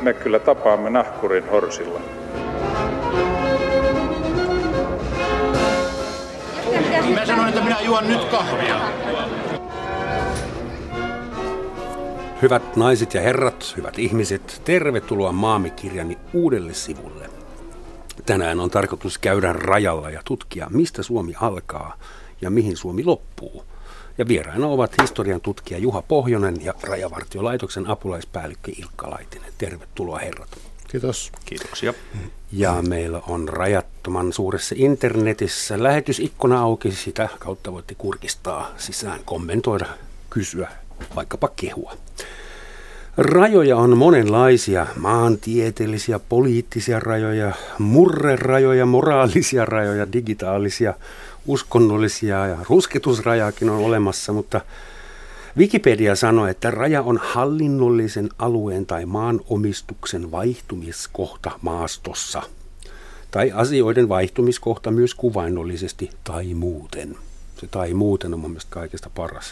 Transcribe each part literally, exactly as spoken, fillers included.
me kyllä tapaamme nahkurin horsilla. Mä sanoin, että minä juon nyt kahvia. Hyvät naiset ja herrat, hyvät ihmiset, tervetuloa Maamme-kirjani uudelle sivulle. Tänään on tarkoitus käydä rajalla ja tutkia, mistä Suomi alkaa ja mihin Suomi loppuu. Ja vieraina ovat historian tutkija Juha Pohjonen ja Rajavartiolaitoksen apulaispäällikkö Ilkka Laitinen. Tervetuloa herrat. Kiitos. Kiitoksia. Ja meillä on rajattoman suuressa internetissä lähetysikkuna auki. Sitä kautta voitte kurkistaa sisään, kommentoida, kysyä, vaikkapa kehua. Rajoja on monenlaisia, maantieteellisiä, poliittisia rajoja, murrerajoja, moraalisia rajoja, digitaalisia, uskonnollisia ja rusketusrajaakin on olemassa, mutta Wikipedia sanoo, että raja on hallinnollisen alueen tai maanomistuksen vaihtumiskohta maastossa. Tai asioiden vaihtumiskohta myös kuvainnollisesti tai muuten. Se tai muuten on mun mielestä kaikista paras.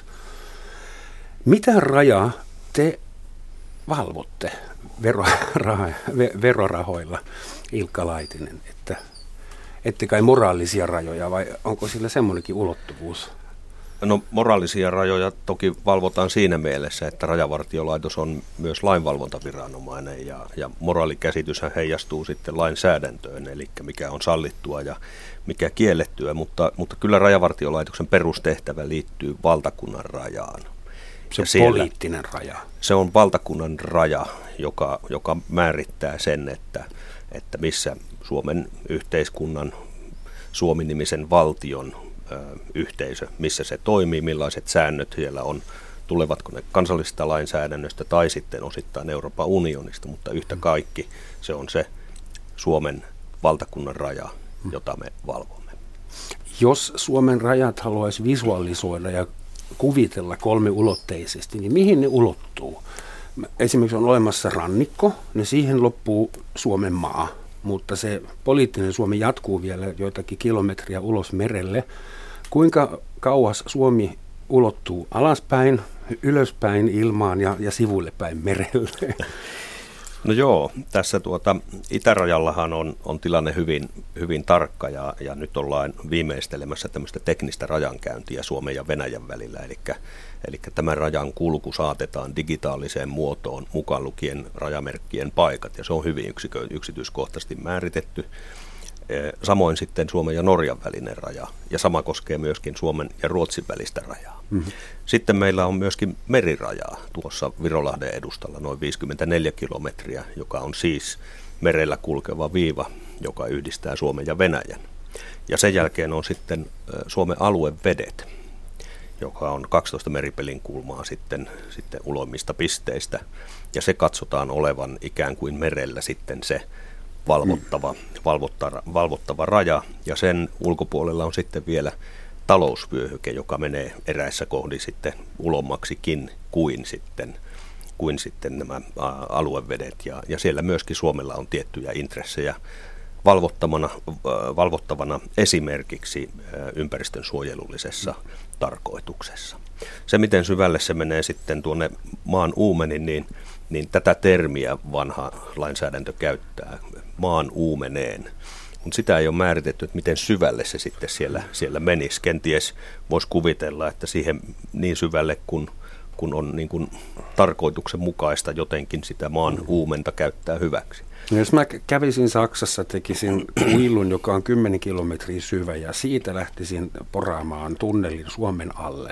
Mitä rajaa te valvotte verorahoilla, verorahoilla, Ilkka Laitinen? Että, ette kai moraalisia rajoja vai onko sillä semmoinenkin ulottuvuus? No moraalisia rajoja toki valvotaan siinä mielessä, että Rajavartiolaitos on myös lainvalvontaviranomainen ja, ja moraalikäsityshän heijastuu sitten lainsäädäntöön, eli mikä on sallittua ja mikä kiellettyä, mutta, mutta kyllä Rajavartiolaitoksen perustehtävä liittyy valtakunnan rajaan. Se on siellä, poliittinen raja. Se on valtakunnan raja, joka, joka määrittää sen, että, että missä Suomen yhteiskunnan, Suomi-nimisen valtion ö, yhteisö, missä se toimii, millaiset säännöt siellä on, tulevatko ne kansallisesta lainsäädännöstä tai sitten osittain Euroopan unionista, mutta yhtä kaikki se on se Suomen valtakunnan raja, jota me valvomme. Jos Suomen rajat haluaisi visualisoida ja kuvitella kolmiulotteisesti, niin mihin ne ulottuu? Esimerkiksi on olemassa rannikko, niin siihen loppuu Suomen maa, mutta se poliittinen Suomi jatkuu vielä joitakin kilometriä ulos merelle. Kuinka kauas Suomi ulottuu alaspäin, ylöspäin ilmaan ja, ja sivuille päin merelle? No joo, tässä tuota, itärajallahan on, on tilanne hyvin, hyvin tarkka ja, ja nyt ollaan viimeistelemässä tämmöistä teknistä rajankäyntiä Suomen ja Venäjän välillä, eli, eli tämän rajan kulku saatetaan digitaaliseen muotoon mukaan lukien rajamerkkien paikat ja se on hyvin yksikö, yksityiskohtaisesti määritetty. Samoin sitten Suomen ja Norjan välinen raja ja sama koskee myöskin Suomen ja Ruotsin välistä rajaa. Mm-hmm. Sitten meillä on myöskin merirajaa tuossa Virolahden edustalla noin viisikymmentäneljä kilometriä, joka on siis merellä kulkeva viiva, joka yhdistää Suomen ja Venäjän. Ja sen jälkeen on sitten Suomen aluevedet, joka on kaksitoista meripelin kulmaa sitten, sitten uloimmista pisteistä ja se katsotaan olevan ikään kuin merellä sitten se valvottava, valvottava, valvottava raja ja sen ulkopuolella on sitten vielä talousvyöhyke, joka menee eräissä kohdin sitten ulommaksikin kuin sitten, kuin sitten nämä aluevedet ja, ja siellä myöskin Suomella on tiettyjä intressejä valvottavana, valvottavana esimerkiksi ympäristön suojelullisessa tarkoituksessa. Se miten syvälle se menee sitten tuonne maan uumenin, niin, niin tätä termiä vanha lainsäädäntö käyttää maan uumeneen. Mutta sitä ei ole määritetty, että miten syvälle se sitten siellä, siellä menisi. Kenties voisi kuvitella, että siihen niin syvälle, kun, kun on niin kuin tarkoituksenmukaista jotenkin sitä maan uumenta käyttää hyväksi. No jos mä kävisin Saksassa, tekisin kuilun, joka on kymmenen kilometriä syvä ja siitä lähtisin poraamaan tunnelin Suomen alle,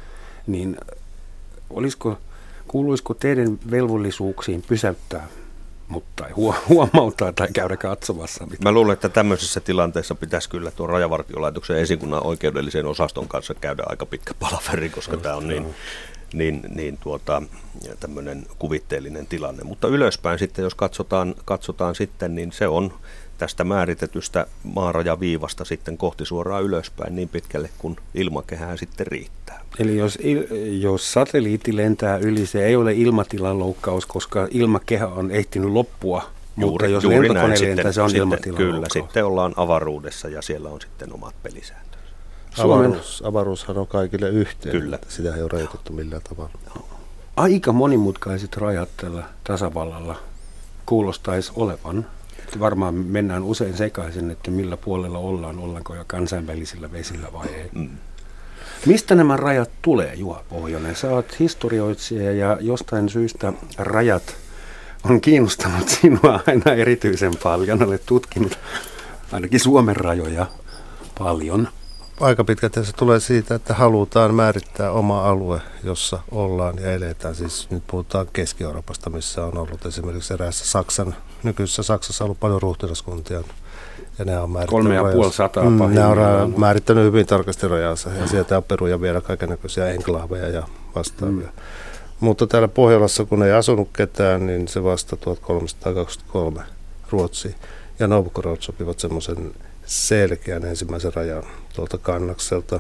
niin olisiko, kuuluisiko teidän velvollisuuksiin pysäyttää mutta ei huomauttaa tai käydä katsomassa. Mä luulen, että tämmöisessä tilanteessa pitäisi kyllä tuon Rajavartiolaitoksen esikunnan oikeudellisen osaston kanssa käydä aika pitkä palaveri, koska tämä on niin, niin, niin tuota, tämmöinen kuvitteellinen tilanne. Mutta ylöspäin sitten, jos katsotaan, katsotaan sitten, niin se on tästä määritetystä maarajaviivasta sitten kohti suoraan ylöspäin niin pitkälle, kun ilmakehää sitten riittää. Eli jos, jos satelliitti lentää yli, se ei ole ilmatilan loukkaus, koska ilmakehä on ehtinyt loppua, juuri, mutta jos lentokone lentää, sitten, se on sitten, ilmatilan kyllä, loukkaus. Sitten ollaan avaruudessa ja siellä on sitten omat pelisääntönsä. Avaruus, avaruushan on kaikille yhteen, kyllä. Sitä ei ole rajoitettu millään tavalla. Aika monimutkaiset rajat tällä tasavallalla. kuulostaisi olevan. Että varmaan mennään usein sekaisin, että millä puolella ollaan, ollaanko jo kansainvälisillä vesillä vai ei. Mm. Mistä nämä rajat tulee, Juha Pohjonen? Sä oot historioitsija ja jostain syystä rajat on kiinnostanut sinua aina erityisen paljon. Olet tutkinut ainakin Suomen rajoja paljon. Aika pitkälti se tulee siitä, että halutaan määrittää oma alue, jossa ollaan ja eletään. Siis nyt puhutaan Keski-Euroopasta, missä on ollut esimerkiksi eräässä Saksan, nykyisessä Saksassa on ollut paljon ruhtinaskuntia. Ja ne on Kolme ja puoli sataa mm, ne on määrittänyt hyvin tarkasti rajansa ja sieltä on peruja vielä kaikennäköisiä enklaaveja ja vastaavia. Mm. Mutta täällä Pohjolassa, kun ei asunut ketään, niin se vasta tuhatkolmesataakaksikymmentäkolme Ruotsi ja Novgorod sopivat semmoisen selkeän ensimmäisen rajan tuolta Kannakselta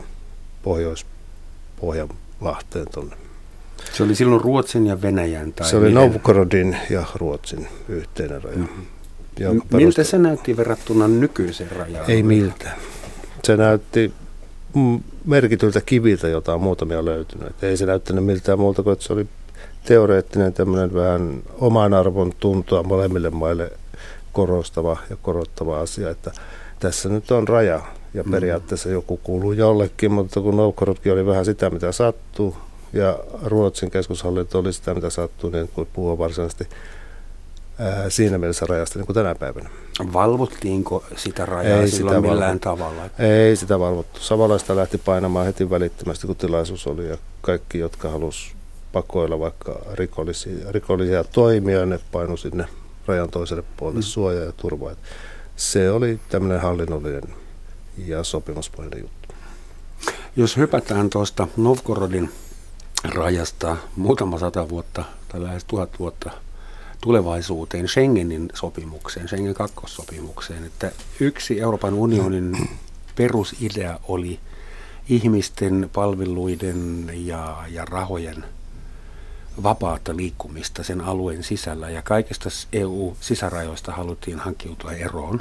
Pohjois-Pohjanlahteen tuonne. Se oli silloin Ruotsin ja Venäjän? Tai se oli Novgorodin ja Ruotsin yhteinen raja. Mm-hmm. Miltä se näytti verrattuna nykyiseen rajaan? Ei miltä. Se näytti merkityltä kiviltä, jota on muutamia löytynyt. Ei se näyttänyt miltään muuta kuin, että se oli teoreettinen tämmöinen vähän oman arvon tuntua molemmille maille korostava ja korottava asia, että tässä nyt on raja ja periaatteessa joku kuuluu jollekin, mutta kun Novgorodkin oli vähän sitä, mitä sattuu ja Ruotsin keskushallinto oli sitä, mitä sattuu, niin kuin puhua varsinaisesti ää, siinä mielessä rajasta niin kuin tänä päivänä. Valvottiinko sitä rajaa ei silloin sitä millään valvottu. tavalla? Ei sitä valvottu. Savolaista lähti painamaan heti välittömästi, kun tilaisuus oli ja kaikki, jotka halusi pakoilla vaikka rikollisia, rikollisia toimia, ne painu sinne rajan toiselle puolelle mm. suojaa ja turvaa. Se oli tämmöinen hallinnollinen ja sopimuspohjainen juttu. Jos hypätään tuosta Novgorodin rajasta muutama sata vuotta tai lähes tuhat vuotta tulevaisuuteen Schengenin sopimukseen, Schengen kakkossopimukseen, että yksi Euroopan unionin perusidea oli ihmisten, palveluiden ja, ja rahojen vapaata liikkumista sen alueen sisällä ja kaikista E U-sisärajoista haluttiin hankkiutua eroon.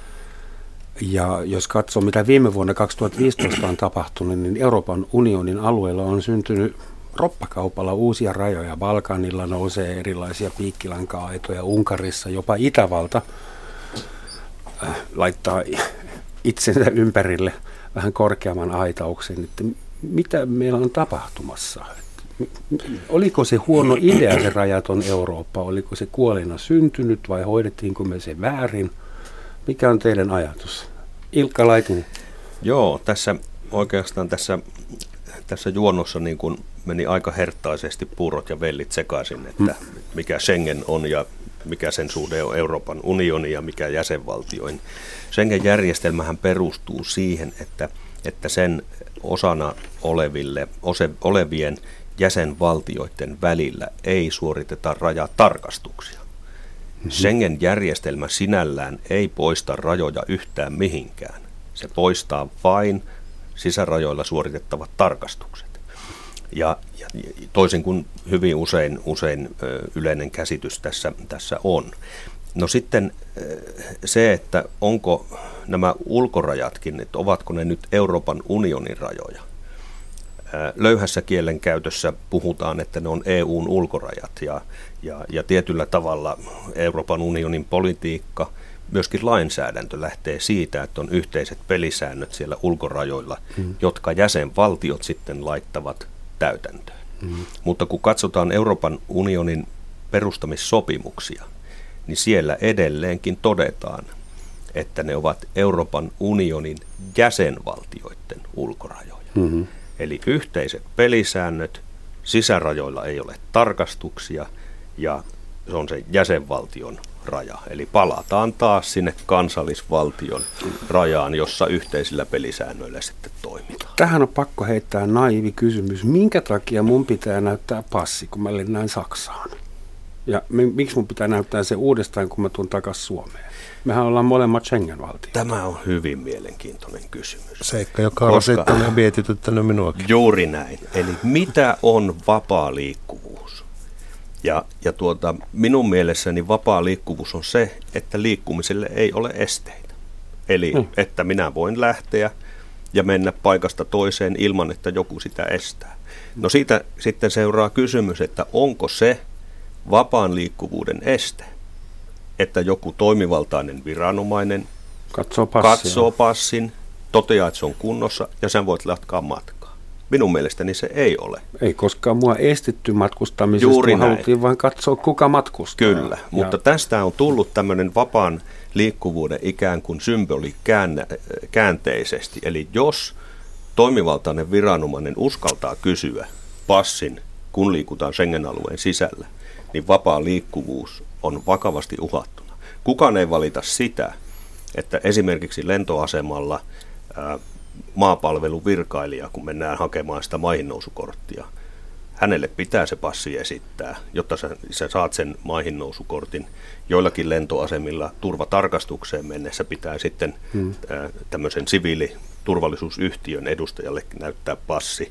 Ja jos katsoo, mitä viime vuonna kaksituhattaviisitoista on tapahtunut, niin Euroopan unionin alueella on syntynyt roppakaupalla uusia rajoja. Balkanilla nousee erilaisia piikkilanka-aitoja, Unkarissa jopa Itävalta äh, laittaa itsensä ympärille vähän korkeamman aitauksen. Että mitä meillä on tapahtumassa? Oliko se huono idea se rajaton Eurooppa? Oliko se kuolina syntynyt vai hoidettiinko me se väärin? Mikä on teidän ajatus? Ilkka Laitinen. Joo, tässä oikeastaan tässä, tässä juonnossa niin kuin meni aika herttaisesti puurot ja vellit sekaisin, että mikä Schengen on ja mikä sen suhde on Euroopan unioni ja mikä jäsenvaltioin. Schengen-järjestelmähän perustuu siihen, että, että sen osana oleville, ose, olevien jäsenvaltioiden välillä ei suoriteta rajatarkastuksia. Mm-hmm. Schengen-järjestelmä sinällään ei poista rajoja yhtään mihinkään. Se poistaa vain sisärajoilla suoritettavat tarkastukset. Ja, ja toisin kuin hyvin usein, usein yleinen käsitys tässä, tässä on. No sitten se, että onko nämä ulkorajatkin, että ovatko ne nyt Euroopan unionin rajoja. Löyhässä kielen käytössä puhutaan, että ne on E U:n ulkorajat ja, ja, ja tietyllä tavalla Euroopan unionin politiikka, myöskin lainsäädäntö lähtee siitä, että on yhteiset pelisäännöt siellä ulkorajoilla, mm. jotka jäsenvaltiot sitten laittavat täytäntöön. Mm. Mutta kun katsotaan Euroopan unionin perustamissopimuksia, niin siellä edelleenkin todetaan, että ne ovat Euroopan unionin jäsenvaltioiden ulkorajoja. Mm-hmm. Eli yhteiset pelisäännöt, sisärajoilla ei ole tarkastuksia ja se on se jäsenvaltion raja. Eli palataan taas sinne kansallisvaltion rajaan, jossa yhteisillä pelisäännöillä sitten toimitaan. Tähän on pakko heittää naivi kysymys. Minkä takia mun pitää näyttää passi, kun mä lennään Saksaan? Ja miksi mun pitää näyttää se uudestaan, kun mä tuun takaisin Suomeen? Mehän ollaan molemmat Schengen-valtioita. Tämä on hyvin mielenkiintoinen kysymys. Seikka, joka on sitten mietityttänyt minuakin. Juuri näin. Eli mitä on vapaa liikkuvuus? Ja, ja tuota, minun mielessäni vapaa liikkuvuus on se, että liikkumiselle ei ole esteitä. Eli hmm. että minä voin lähteä ja mennä paikasta toiseen ilman, että joku sitä estää. No siitä sitten seuraa kysymys, että onko se vapaan liikkuvuuden este että joku toimivaltainen viranomainen katsoo, passia. katsoo passin, toteaa, että se on kunnossa ja sen voit jatkaa matkaa. Minun mielestäni se ei ole. Ei koskaan mua estetty matkustamisesta, Juuri näin. Haluttiin vain katsoa, kuka matkustaa. Kyllä, ja mutta tästä on tullut tämmöinen vapaan liikkuvuuden ikään kuin symboli käänteisesti. Eli jos toimivaltainen viranomainen uskaltaa kysyä passin, kun liikutaan Schengen-alueen sisällä, niin vapaa liikkuvuus on vakavasti uhattuna. Kukaan ei valita sitä, että esimerkiksi lentoasemalla ää, maapalveluvirkailija, kun mennään hakemaan sitä maihinnousukorttia, hänelle pitää se passi esittää, jotta sä, sä saat sen maihinnousukortin. Joillakin lentoasemilla turvatarkastukseen mennessä pitää sitten hmm. ää, tämmöisen siviiliturvallisuusyhtiön edustajalle näyttää passi,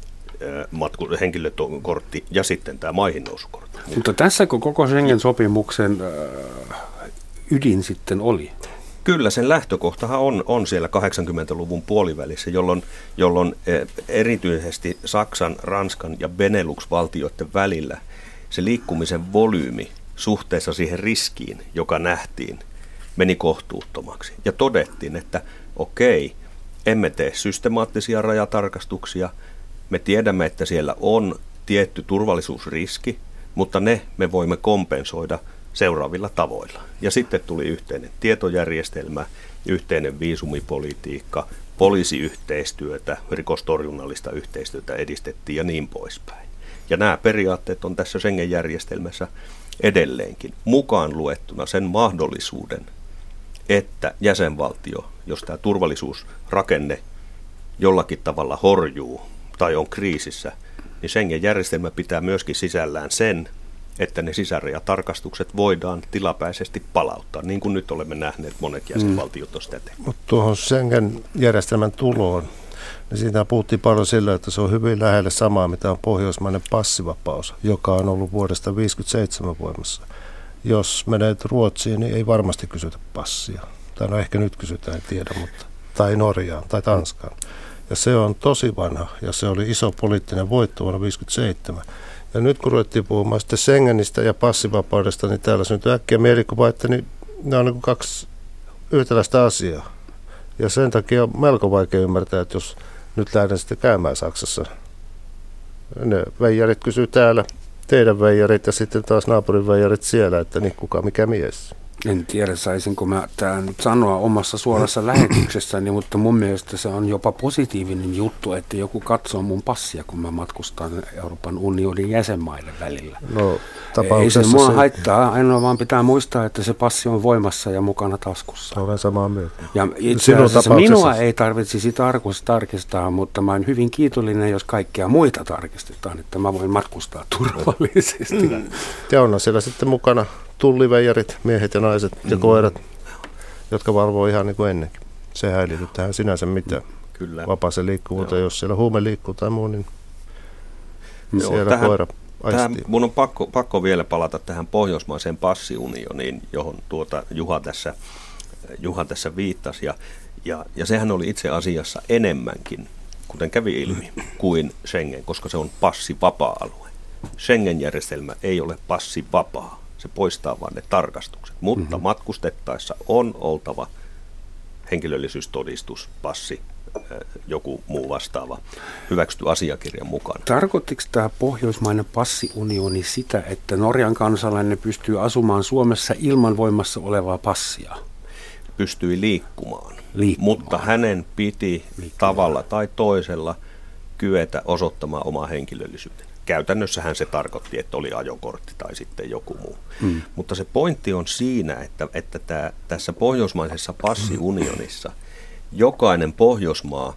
ää, matku, henkilökortti ja sitten tämä maihinnousukortti. Mutta tässäkö koko Schengen-sopimuksen äh, ydin sitten oli? Kyllä, sen lähtökohtahan on, on siellä kahdeksankymmentäluvun puolivälissä, jolloin, jolloin erityisesti Saksan, Ranskan ja Benelux-valtioiden välillä se liikkumisen volyymi suhteessa siihen riskiin, joka nähtiin, meni kohtuuttomaksi. Ja todettiin, että okei, emme tee systemaattisia rajatarkastuksia, me tiedämme, että siellä on tietty turvallisuusriski, mutta ne me voimme kompensoida seuraavilla tavoilla. Ja sitten tuli yhteinen tietojärjestelmä, yhteinen viisumipolitiikka, poliisiyhteistyötä, rikostorjunnallista yhteistyötä edistettiin ja niin poispäin. Ja nämä periaatteet on tässä Schengen-järjestelmässä edelleenkin mukaan luettuna sen mahdollisuuden, että jäsenvaltio, jos tämä turvallisuusrakenne jollakin tavalla horjuu tai on kriisissä, niin Schengen-järjestelmä pitää myöskin sisällään sen, että ne sisärajatarkastukset voidaan tilapäisesti palauttaa, niin kuin nyt olemme nähneet, monet jäsenvaltiot on sitä tehnyt. Mutta tuohon Schengen-järjestelmän tuloon, niin siitä puhuttiin paljon sillä, että se on hyvin lähelle samaa, mitä on pohjoismainen passivapaus, joka on ollut vuodesta tuhatyhdeksänsataaviisikymmentäseitsemän voimassa. Jos menet Ruotsiin, niin ei varmasti kysytä passia. Tai no ehkä nyt kysytään, en tiedä, mutta tai Norjaan tai Tanskaan. Ja se on tosi vanha, ja se oli iso poliittinen voitto vuonna tuhatyhdeksänsataaviisikymmentäseitsemän. Ja nyt kun ruvettiin puhumaan sitten Schengenistä ja passivapaudesta, niin täällä syntyy äkkiä mielikuva, että niin, ne on niin kaksi yhtäläistä asiaa. Ja sen takia on melko vaikea ymmärtää, että jos nyt lähden sitten käymään Saksassa, ne veijarit kysyy täällä, teidän veijarit ja sitten taas naapurin veijarit siellä, että niin kuka mikä mies. En tiedä, saisinko mä tämän nyt sanoa omassa suorassa lähetyksessäni, mutta mun mielestä se on jopa positiivinen juttu, että joku katsoo mun passia, kun mä matkustan Euroopan unionin jäsenmaiden välillä. No, ei se mua se haittaa, ainoa vaan pitää muistaa, että se passi on voimassa ja mukana taskussa. Olen samaa mieltä. Ja itse asiassa minua ei tarvitsisi tarkistaa, mutta mä olen hyvin kiitollinen, jos kaikkia muita tarkistetaan, että mä voin matkustaa turvallisesti. Mm. Ja on siellä sitten mukana tulliveijarit, miehet ja naiset ja mm. koirat, jotka valvoo ihan niin kuin ennenkin. Sehän ei liity tähän sinänsä mitään. Kyllä. Vapaaseen liikkuvuuteen, jos siellä huume liikkuu tai muu, niin Joo, siellä tähän, koira tähän, mun on pakko, pakko vielä palata tähän pohjoismaiseen passiunioniin, johon tuota Juha tässä, Juha tässä viittasi. Ja, ja, ja sehän oli itse asiassa enemmänkin, kuten kävi ilmi, kuin Schengen, koska se on passivapaa-alue. Schengen-järjestelmä ei ole passivapaa. Se poistaa vain ne tarkastukset, mutta mm-hmm. matkustettaessa on oltava henkilöllisyystodistus, passi, joku muu vastaava hyväksytty asiakirjan mukana. Tarkoittiko tämä pohjoismainen passiunioni sitä, että Norjan kansalainen pystyy asumaan Suomessa ilman voimassa olevaa passia? Pystyi liikkumaan, liikkumaan. mutta hänen piti liikkumaan tavalla tai toisella kyetä osoittamaan omaa henkilöllisyyttä. Käytännössähän se tarkoitti, että oli ajokortti tai sitten joku muu. Mm. Mutta se pointti on siinä, että, että tämä, tässä pohjoismaisessa passiunionissa jokainen Pohjoismaa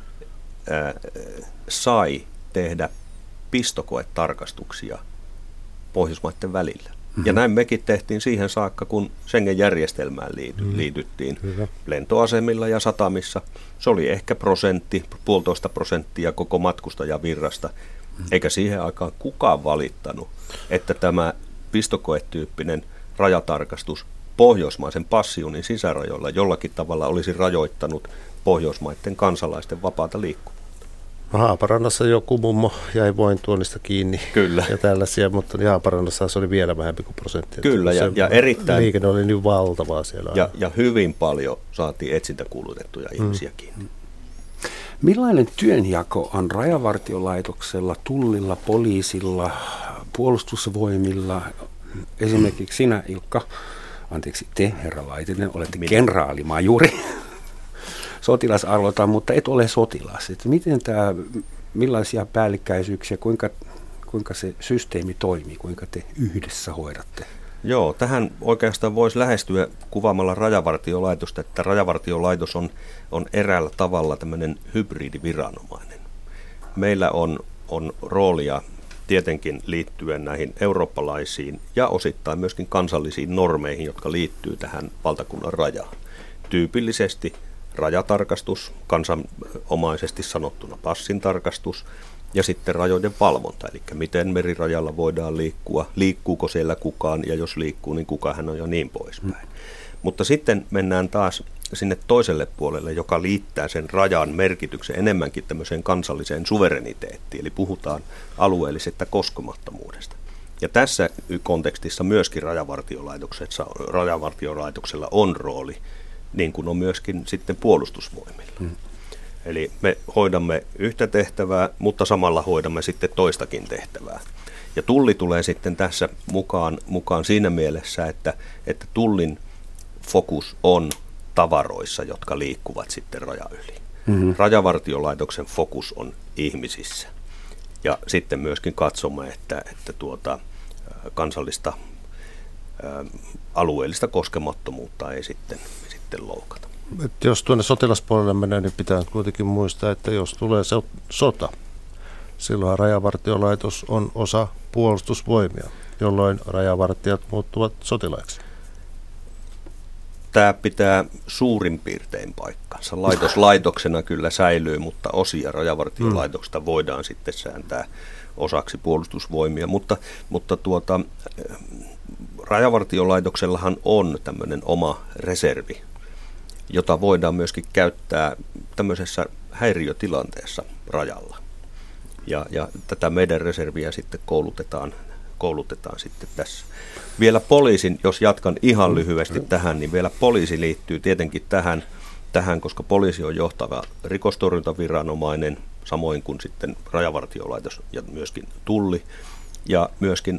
ää, sai tehdä pistokoetarkastuksia Pohjoismaiden välillä. Mm-hmm. Ja näin mekin tehtiin siihen saakka, kun Schengen-järjestelmään liity, mm-hmm. liityttiin Hyvä. lentoasemilla ja satamissa. Se oli ehkä prosentti, puolitoista prosenttia koko matkustajavirrasta. Eikä siihen aikaan kukaan valittanut, että tämä pistokoetyyppinen rajatarkastus pohjoismaisen passiunin sisärajoilla jollakin tavalla olisi rajoittanut Pohjoismaiden kansalaisten vapaata liikkuvuutta. No Haaparannassa joku mummo jäi vointuonnista kiinni. Kyllä. Ja tällaisia, mutta Haaparannassa se oli vielä vähempi kuin prosenttia. Kyllä, ja, ja erittäin... Liikenne oli niin valtavaa siellä. Ja, ja hyvin paljon saatiin etsintäkuulutettuja ihmisiä kiinni. Mm. Millainen työnjako on Rajavartiolaitoksella, Tullilla, poliisilla, puolustusvoimilla? Esimerkiksi sinä, Ilkka, anteeksi te, herra Laitinen, olette Minä. kenraalimajuri. Sotilasarvotaan, mutta et ole sotilas. Et miten tämä, millaisia päällekkäisyyksiä, kuinka, kuinka se systeemi toimii, kuinka te yhdessä hoidatte? Joo, tähän oikeastaan voisi lähestyä kuvaamalla Rajavartiolaitosta, että Rajavartiolaitos on, on eräällä tavalla tämmöinen hybridiviranomainen. Meillä on, on roolia tietenkin liittyen näihin eurooppalaisiin ja osittain myöskin kansallisiin normeihin, jotka liittyy tähän valtakunnan rajaan. Tyypillisesti rajatarkastus, kansanomaisesti sanottuna passintarkastus ja sitten rajojen valvonta, eli miten merirajalla voidaan liikkua, liikkuuko siellä kukaan ja jos liikkuu, niin kuka hän on ja niin poispäin. Mm. Mutta sitten mennään taas sinne toiselle puolelle, joka liittää sen rajan merkityksen enemmänkin tämmöiseen kansalliseen suvereniteettiin, eli puhutaan alueellisesta koskemattomuudesta. Ja tässä kontekstissa myöskin Rajavartiolaitoksella on rooli, niin kuin on myöskin sitten puolustusvoimilla. Hmm. Eli me hoidamme yhtä tehtävää, mutta samalla hoidamme sitten toistakin tehtävää. Ja Tulli tulee sitten tässä mukaan, mukaan siinä mielessä, että, että Tullin fokus on tavaroissa, jotka liikkuvat sitten raja yli. Hmm. Rajavartiolaitoksen fokus on ihmisissä. Ja sitten myöskin katsomme, että, että tuota, kansallista ä, alueellista koskemattomuutta ei sitten loukata. Et jos tuonne sotilaspuolelle menee, niin pitää kuitenkin muistaa, että jos tulee sota, silloin Rajavartiolaitos on osa puolustusvoimia, jolloin rajavartijat muuttuvat sotilaiksi. Tämä pitää suurin piirtein paikkansa. Laitos laitoksena kyllä säilyy, mutta osia Rajavartiolaitoksesta mm. voidaan sitten sääntää osaksi puolustusvoimia, mutta, mutta tuota, Rajavartiolaitoksellahan on tämmöinen oma reservi, jota voidaan myöskin käyttää tämmöisessä häiriötilanteessa rajalla. Ja, ja tätä meidän reserviä sitten koulutetaan, koulutetaan sitten tässä. Vielä poliisin, jos jatkan ihan lyhyesti tähän, niin vielä poliisi liittyy tietenkin tähän, tähän koska poliisi on johtava rikostorjuntaviranomainen, samoin kuin sitten Rajavartiolaitos ja myöskin Tulli ja myöskin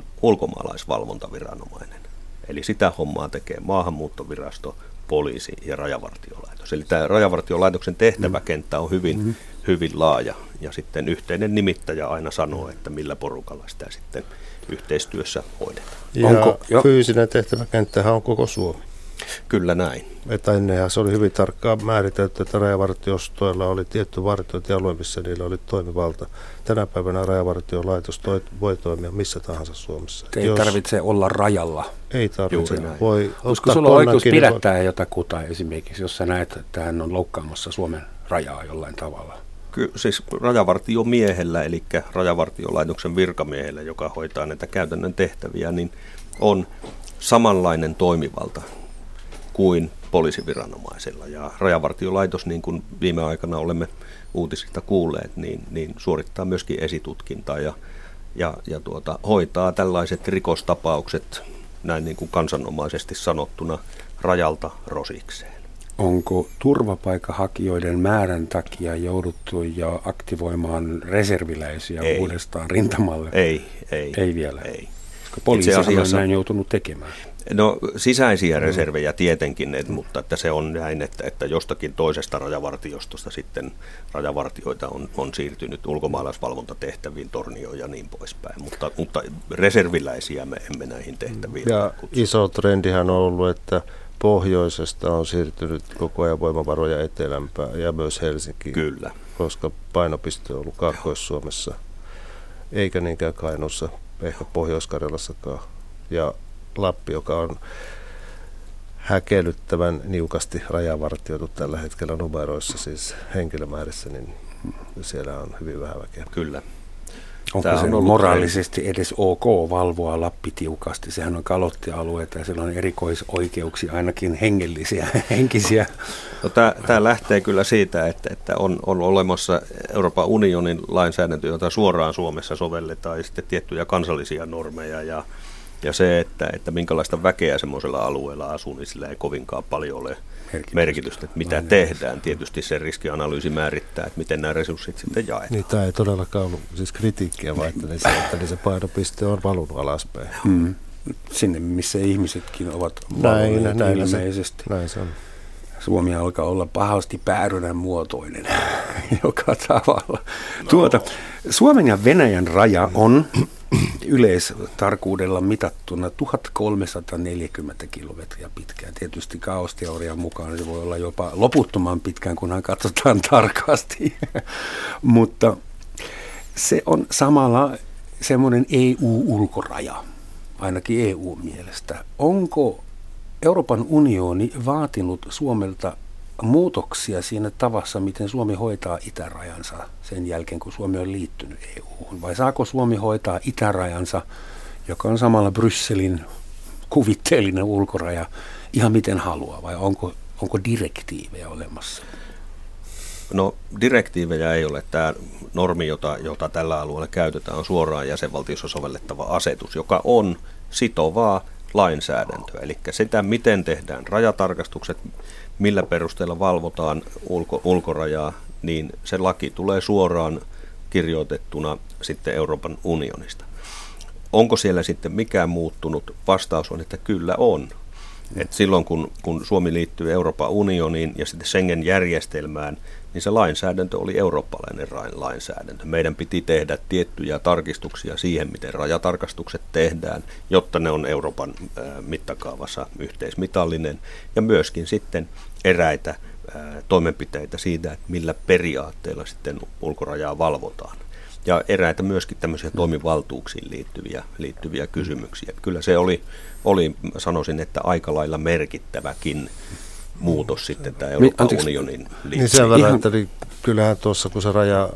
ulkomaalaisvalvontaviranomainen. Eli sitä hommaa tekee Maahanmuuttovirasto, poliisi ja Rajavartiolaitos. Eli tämä Rajavartiolaitoksen tehtäväkenttä on hyvin, mm-hmm. hyvin laaja ja sitten yhteinen nimittäjä aina sanoo, että millä porukalla sitä sitten yhteistyössä hoidetaan. Ja Onko, fyysinen tehtäväkenttähän on koko Suomi. Kyllä näin. Että ennenhän se oli hyvin tarkkaan määritelty, että rajavartiostoilla oli tietty vartiointialue, missä niillä oli toimivalta. Tänä päivänä Rajavartiolaitos toi, voi toimia missä tahansa Suomessa. Ei Jos, tarvitse olla rajalla. Ei tarvitse. Voi Koska sulla on oikeus pidättää niin, jotakuta esimerkiksi, jos sä näet, että hän on loukkaamassa Suomen rajaa jollain tavalla. Kyllä, siis rajavartiomiehellä, eli Rajavartiolaitoksen virkamiehellä, joka hoitaa näitä käytännön tehtäviä, niin on samanlainen toimivalta kuin poliisiviranomaisella. Ja Rajavartiolaitos, niin kuin viime aikana olemme uutisista kuulleet, niin, niin suorittaa myöskin esitutkintaa ja, ja, ja tuota, hoitaa tällaiset rikostapaukset, näin niin kuin kansanomaisesti sanottuna, rajalta rosikseen. Onko turvapaikanhakijoiden määrän takia jouduttu jo aktivoimaan reserviläisiä ei. uudestaan rintamalle? Ei, ei. Ei vielä? Ei. Koska poliisi asiassa on näin joutunut tekemään. No sisäisiä reservejä tietenkin, et, mutta että se on näin, että, että jostakin toisesta rajavartiostosta sitten rajavartioita on, on siirtynyt ulkomaalaisvalvontatehtäviin, Tornioon ja niin poispäin, mutta, mutta reserviläisiä me emme näihin tehtäviin. Ja kutsu. Iso trendihän on ollut, että pohjoisesta on siirtynyt koko ajan voimavaroja etelämpään ja myös Helsinkiin. Kyllä. Koska painopiste on ollut Kaakkois-Suomessa, eikä niinkään Kainuussa, ehkä Pohjois-Karjalassakaan. Ja Lappi, joka on häkellyttävän niukasti rajavartioitu tällä hetkellä numeroissa, siis henkilömäärissä, niin siellä on hyvin vähän väkeä. Kyllä. Onko Tämä se on ollut moraalisesti trendi. Edes ok valvoa Lappi tiukasti? Sehän on kalottialueita ja siellä on erikoisoikeuksia, ainakin hengellisiä, henkisiä. No, tämä, tämä lähtee kyllä siitä, että, että on, on olemassa Euroopan unionin lainsäädäntö, jota suoraan Suomessa sovelletaan, ja sitten tiettyjä kansallisia normeja, ja, ja se, että, että minkälaista väkeä semmoisella alueella asuu, niin sillä ei kovinkaan paljon ole merkitystä, merkitystä että mitä tehdään. Tietysti se riskianalyysi määrittää, että miten nämä resurssit sitten jaetaan. Niin, tämä ei todellakaan ollut siis kritiikkiä, vaan että se, että se painopiste on valunut alaspäin. Mm. Sinne, missä ihmisetkin ovat näin, valunneet näin, ilmeisesti. Näin se on. Suomi alkaa olla pahasti päärynän muotoinen joka tavalla. No. Tuota, Suomen ja Venäjän raja on yleistarkuudella mitattuna tuhatkolmesataaneljäkymmentä kilometriä pitkään. Tietysti kaosteorian mukaan se voi olla jopa loputtoman pitkään, kunhan katsotaan tarkasti. Mutta se on samalla semmoinen E U-ulkoraja, ainakin E U-mielestä. Onko Euroopan unioni vaatinut Suomelta muutoksia siinä tavassa, miten Suomi hoitaa itärajansa sen jälkeen, kun Suomi on liittynyt E U:hun? Vai saako Suomi hoitaa itärajansa, joka on samalla Brysselin kuvitteellinen ulkoraja, ihan miten haluaa? Vai onko, onko direktiivejä olemassa? No, direktiivejä ei ole. Tämä normi, jota, jota tällä alueella käytetään, on suoraan jäsenvaltiossa sovellettava asetus, joka on sitovaa lainsäädäntöä. Eli sitä, miten tehdään rajatarkastukset, millä perusteella valvotaan ulko, ulkorajaa, niin se laki tulee suoraan kirjoitettuna sitten Euroopan unionista. Onko siellä sitten mikään muuttunut? Vastaus on, että kyllä on. Et silloin kun, kun Suomi liittyy Euroopan unioniin ja sitten Schengen-järjestelmään, niin se lainsäädäntö oli eurooppalainen lainsäädäntö. Meidän piti tehdä tiettyjä tarkistuksia siihen, miten rajatarkastukset tehdään, jotta ne on Euroopan mittakaavassa yhteismitallinen, ja myöskin sitten eräitä toimenpiteitä siitä, että millä periaatteella sitten ulkorajaa valvotaan. Ja eräitä myöskin tämmöisiä toimivaltuuksiin liittyviä, liittyviä kysymyksiä. Kyllä se oli, oli, sanoisin, että aika lailla merkittäväkin muutos sitten tämä Euroopan Anteeksi, unionin liittyviä. Niin sen verran, että niin, kyllähän tuossa kun se raja,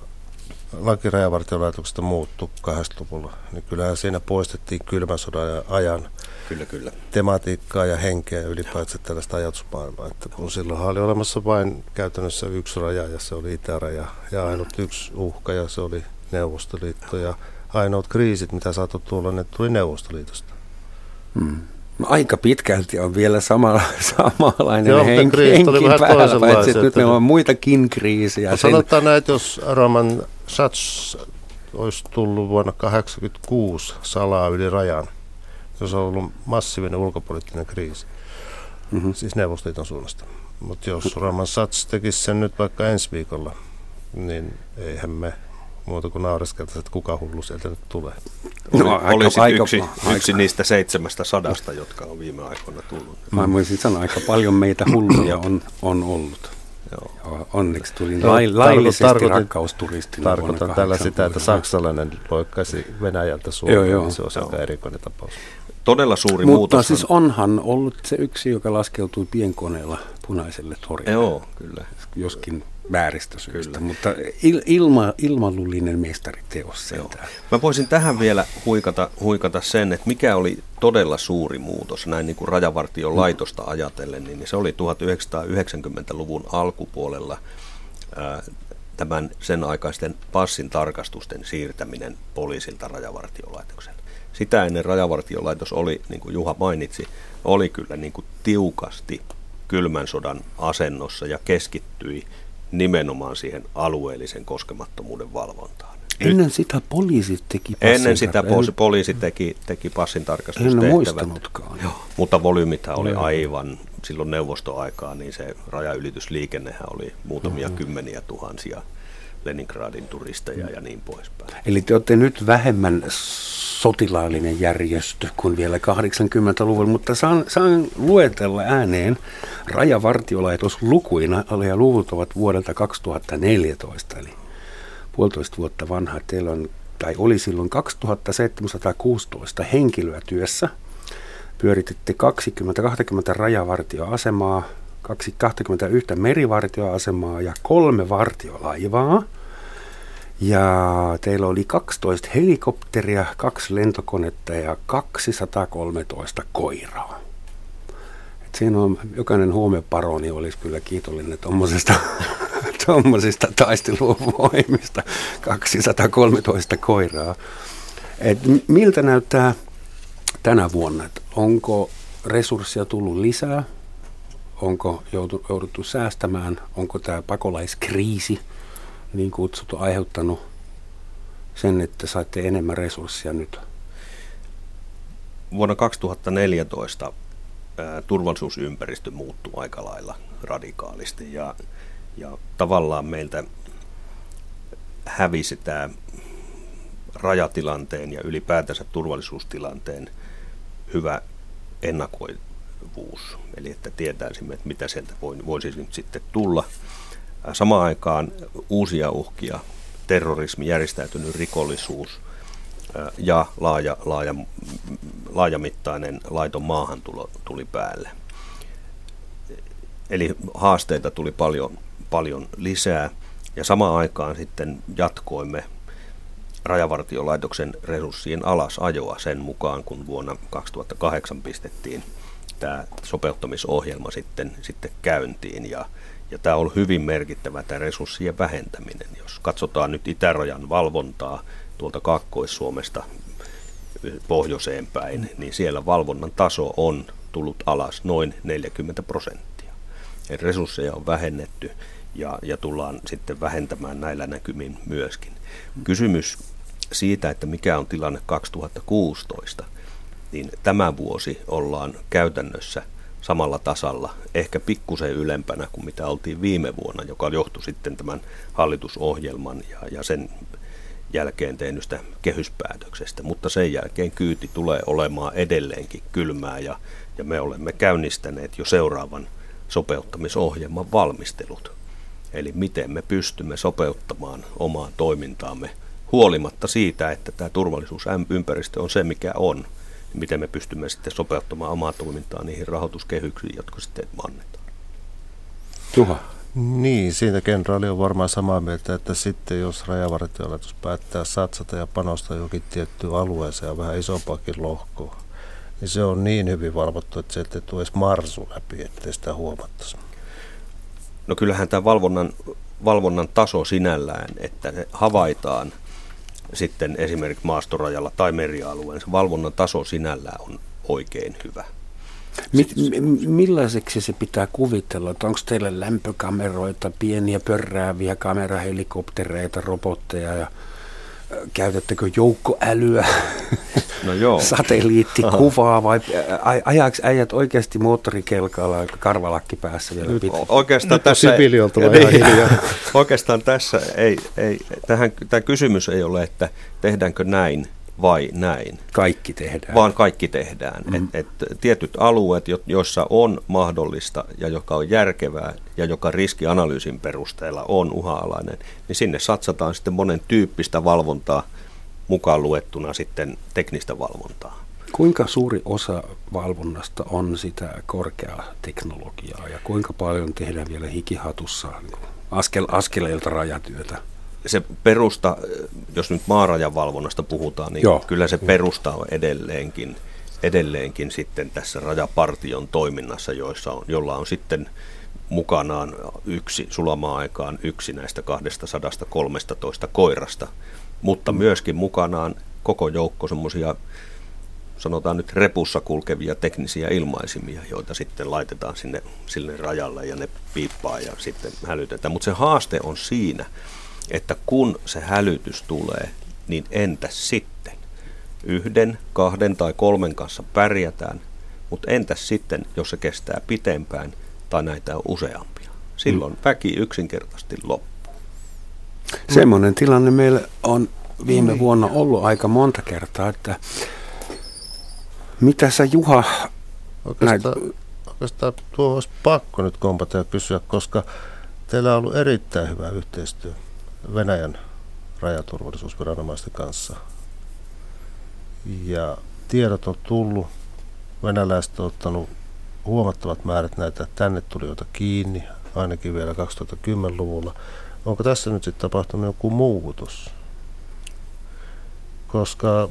laki Rajavartiolaitoksesta muuttui kahdeksankymmentäluvulla, niin kyllähän siinä poistettiin kylmän sodan ajan kyllä, kyllä. tematiikkaa ja henkeä ylipäätään tällaista ajatusmaailmaa. Että kun silloinhan oli olemassa vain käytännössä yksi raja ja se oli itäraja ja ainut yksi uhka ja se oli Neuvostoliitto ja ainoat kriisit, mitä saattoi tulla, ne tuli Neuvostoliitosta. Hmm. Aika pitkälti on vielä sama, samanlainen Joo, henki, henki päällä, paitsi että nyt meillä on muitakin kriisejä. Sanotaan näin, että jos Roman Schatz olisi tullut vuonna tuhatyhdeksänsataakahdeksankymmentäkuusi salaa yli rajan, se olisi ollut massiivinen ulkopoliittinen kriisi, mm-hmm. siis Neuvostoliiton suunnasta. Mutta jos Roman Schatz tekisi sen nyt vaikka ensi viikolla, niin eihän me muuta kuin naureskeltaisiin, että kuka hullu sieltä nyt tulee. No, aika, olisi aika, yksi, aika, yksi niistä seitsemästä sadasta, jotka on viime aikoina tullut. Mä voisin sanoa, aika paljon meitä hulluja on, on ollut. Joo. Ja onneksi tuli no, lai, laillisesti rakkausturistina. Tarkoitan tällä sitä, että saksalainen loikkaisi Venäjältä Suomeen, joo, niin se on aika erikoinen tapaus. Todella suuri Mutta muutos. Mutta siis onhan ollut se yksi, joka laskeutui pienkoneella punaiselle torille. Joo, kyllä. Joskin vääristä syystä, mutta il, ilma, ilmalullinen mestariteos sentään. Mä voisin tähän vielä huikata, huikata sen, että mikä oli todella suuri muutos näin niin kuin Rajavartion laitosta ajatellen, niin se oli tuhatyhdeksänsataayhdeksänkymmentäluvun alkupuolella ää, tämän sen aikaisten passin tarkastusten siirtäminen poliisilta Rajavartiolaitokselle. Sitä ennen Rajavartiolaitos oli, niin kuin Juha mainitsi, oli kyllä niin kuin tiukasti kylmän sodan asennossa ja keskittyi nimenomaan siihen alueellisen koskemattomuuden valvontaan. Nyt, ennen sitä poliisit teki passin Ennen sitä tar- poliisi teki, teki passin tarkastustehtävät. En muistanutkaan. Joo, mutta volyymithan oli aivan, silloin neuvostoaikaan, niin se rajaylitysliikennehän oli muutamia mm-hmm. kymmeniä tuhansia Leningradin turisteja ja niin poispäin. Eli te olette nyt vähemmän sotilaallinen järjestö kuin vielä kahdeksankymmentäluvulla, mutta saan, saan luetella ääneen Rajavartiolaitos lukuina, ja luvut ovat vuodelta kaksituhattaneljätoista, eli puolitoista vuotta vanha. Teillä on, tai oli silloin kaksituhattaseitsemänsataakuusitoista henkilöä työssä. Pyörititte kaksikymmentä, kaksikymmentä rajavartioasemaa, kaksikymmentäyksi merivartioasemaa ja kolme vartiolaivaa. Ja teillä oli kaksitoista helikopteria, kaksi lentokonetta ja kaksisataakolmetoista koiraa. Et siinä on jokainen huomeparoni olisi kyllä kiitollinen tuommoisesta tuommoisista taisteluvoimista, kaksisataakolmetoista koiraa. Et miltä näyttää tänä vuonna? Et onko resursseja tullut lisää? Onko jouduttu säästämään? Onko tämä pakolaiskriisi niin kutsuttu aiheuttanut sen, että saitte enemmän resursseja nyt? Vuonna kaksituhattaneljätoista ää, turvallisuusympäristö muuttui aika lailla radikaalisti ja, ja tavallaan meiltä hävisi tämä rajatilanteen ja ylipäätänsä turvallisuustilanteen hyvä ennakoivuus. Eli että tietäisimme, että mitä sieltä voisi nyt sitten tulla. Samaan aikaan uusia uhkia, terrorismi, järjestäytynyt rikollisuus ja laaja, laaja, laajamittainen laiton maahantulo tuli päälle. Eli haasteita tuli paljon, paljon lisää ja samaan aikaan sitten jatkoimme Rajavartiolaitoksen resurssien alasajoa sen mukaan, kun vuonna kaksituhattakahdeksan pistettiin tämä sopeuttamisohjelma sitten, sitten käyntiin ja Ja tämä on ollut hyvin merkittävä tämä resurssien vähentäminen. Jos katsotaan nyt itärajan valvontaa tuolta Kaakkois-Suomesta pohjoiseen päin, niin siellä valvonnan taso on tullut alas noin neljäkymmentä prosenttia. Eli resursseja on vähennetty ja, ja tullaan sitten vähentämään näillä näkymin myöskin. Kysymys siitä, että mikä on tilanne kaksituhattakuusitoista, niin tämä vuosi ollaan käytännössä samalla tasalla, ehkä pikkusen ylempänä kuin mitä oltiin viime vuonna, joka johtui sitten tämän hallitusohjelman ja, ja sen jälkeen tehdystä kehyspäätöksestä. Mutta sen jälkeen kyyti tulee olemaan edelleenkin kylmää ja, ja me olemme käynnistäneet jo seuraavan sopeuttamisohjelman valmistelut. Eli miten me pystymme sopeuttamaan omaa toimintaamme huolimatta siitä, että tämä turvallisuusympäristö on se, mikä on. Miten me pystymme sitten sopeuttamaan omaa toimintaa niihin rahoituskehyksiin, jotka sitten annetaan. Juha. Niin, siitä kenraali on varmaan samaa mieltä, että sitten jos Rajavartiolaitos päättää satsata ja panostaa johonkin tiettyyn alueeseen ja vähän isompaakin lohkoa, niin se on niin hyvin valvottu, että se ettei tule edes marsu läpi, ettei sitä huomattaisi. No kyllähän tämä valvonnan, valvonnan taso sinällään, että se havaitaan sitten esimerkiksi maastorajalla tai merialueen, se valvonnan taso sinällään on oikein hyvä. Mit, millaiseksi se pitää kuvitella? Onko teillä lämpökameroita, pieniä pörrääviä kamerahelikoptereita, robotteja ja käytättekö joukkoälyä, no joo. satelliittikuvaa vai ajaako äijät oikeasti moottorikelkaalla karvalakki päässä vielä Nyt, pitää? Oikeastaan tässä, ei, niin, oikeastaan tässä ei, ei tähän, tämä kysymys ei ole, että tehdäänkö näin vai näin. Kaikki tehdään. Vaan kaikki tehdään. Mm. Et, et, tietyt alueet, joissa on mahdollista ja joka on järkevää ja joka riskianalyysin perusteella on uha-alainen, niin sinne satsataan sitten monen tyyppistä valvontaa, mukaan luettuna sitten teknistä valvontaa. Kuinka suuri osa valvonnasta on sitä korkeaa teknologiaa ja kuinka paljon tehdään vielä hikihatussa askel, askeleilta rajatyötä? Se perusta, jos nyt maarajan valvonnasta puhutaan, niin Joo. kyllä se perusta on edelleenkin, edelleenkin sitten tässä rajapartion toiminnassa, joissa on, jolla on sitten mukanaan yksi sulamaa-aikaan yksi näistä kaksisataakolmetoista koirasta, mutta myöskin mukanaan koko joukko semmoisia, sanotaan nyt repussa kulkevia teknisiä ilmaisimia, joita sitten laitetaan sinne, sinne rajalle ja ne piippaa ja sitten hälytetään. Mutta se haaste on siinä, että kun se hälytys tulee, niin entäs sitten? Yhden, kahden tai kolmen kanssa pärjätään, mutta entäs sitten, jos se kestää pitempään tai näitä on useampia? Silloin mm. väki yksinkertaisesti loppuu. Semmoinen tilanne meillä on viime vuonna ollut aika monta kertaa, että mitä sä Juha... Oikeastaan, oikeastaan tuo olisi pakko nyt kompata ja kysyä, koska teillä on ollut erittäin hyvä yhteistyö Venäjän rajaturvallisuusviranomaisten kanssa. Ja tiedot on tullut, venäläiset on ottanut huomattavat määrät näitä tänne tulijoita kiinni, ainakin vielä kaksituhattakymmenluvulla, onko tässä nyt sitten tapahtunut joku muutos? Koska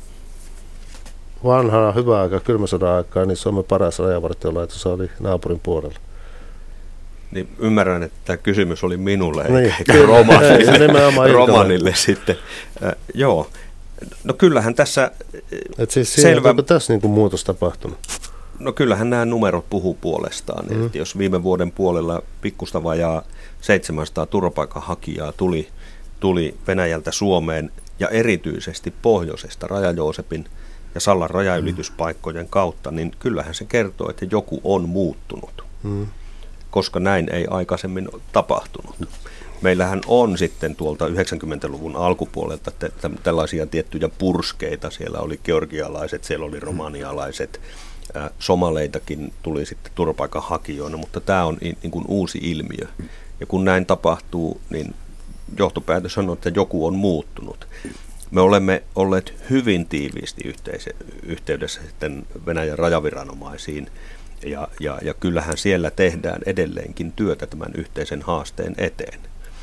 vanhana hyvää aikaa, kylmän sodan aikaa, niin Suomen paras rajavartiolaitos oli naapurin puolella. Niin ymmärrän, että tämä kysymys oli minulle niin, eikä romanille, romanille sitten. Äh, joo, no kyllähän tässä et siis selvä... Onko tässä niinku muutos tapahtunut? No kyllähän nämä numerot puhuu puolestaan. Mm. Että jos viime vuoden puolella pikkusta vajaa seitsemänsataa turvapaikanhakijaa tuli, tuli Venäjältä Suomeen ja erityisesti pohjoisesta Raja-Joosepin ja Sallan rajaylityspaikkojen kautta, niin kyllähän se kertoo, että joku on muuttunut, mm. koska näin ei aikaisemmin tapahtunut. Meillähän on sitten tuolta yhdeksänkymmentäluvun alkupuolelta te- tällaisia tiettyjä purskeita. Siellä oli georgialaiset, siellä oli romanialaiset, ää, somaleitakin tuli sitten turvapaikanhakijoina, mutta tämä on niin kuin uusi ilmiö. Ja kun näin tapahtuu, niin johtopäätös on, että joku on muuttunut. Me olemme olleet hyvin tiiviisti yhteise- yhteydessä sitten Venäjän rajaviranomaisiin, ja, ja, ja kyllähän siellä tehdään edelleenkin työtä tämän yhteisen haasteen eteen.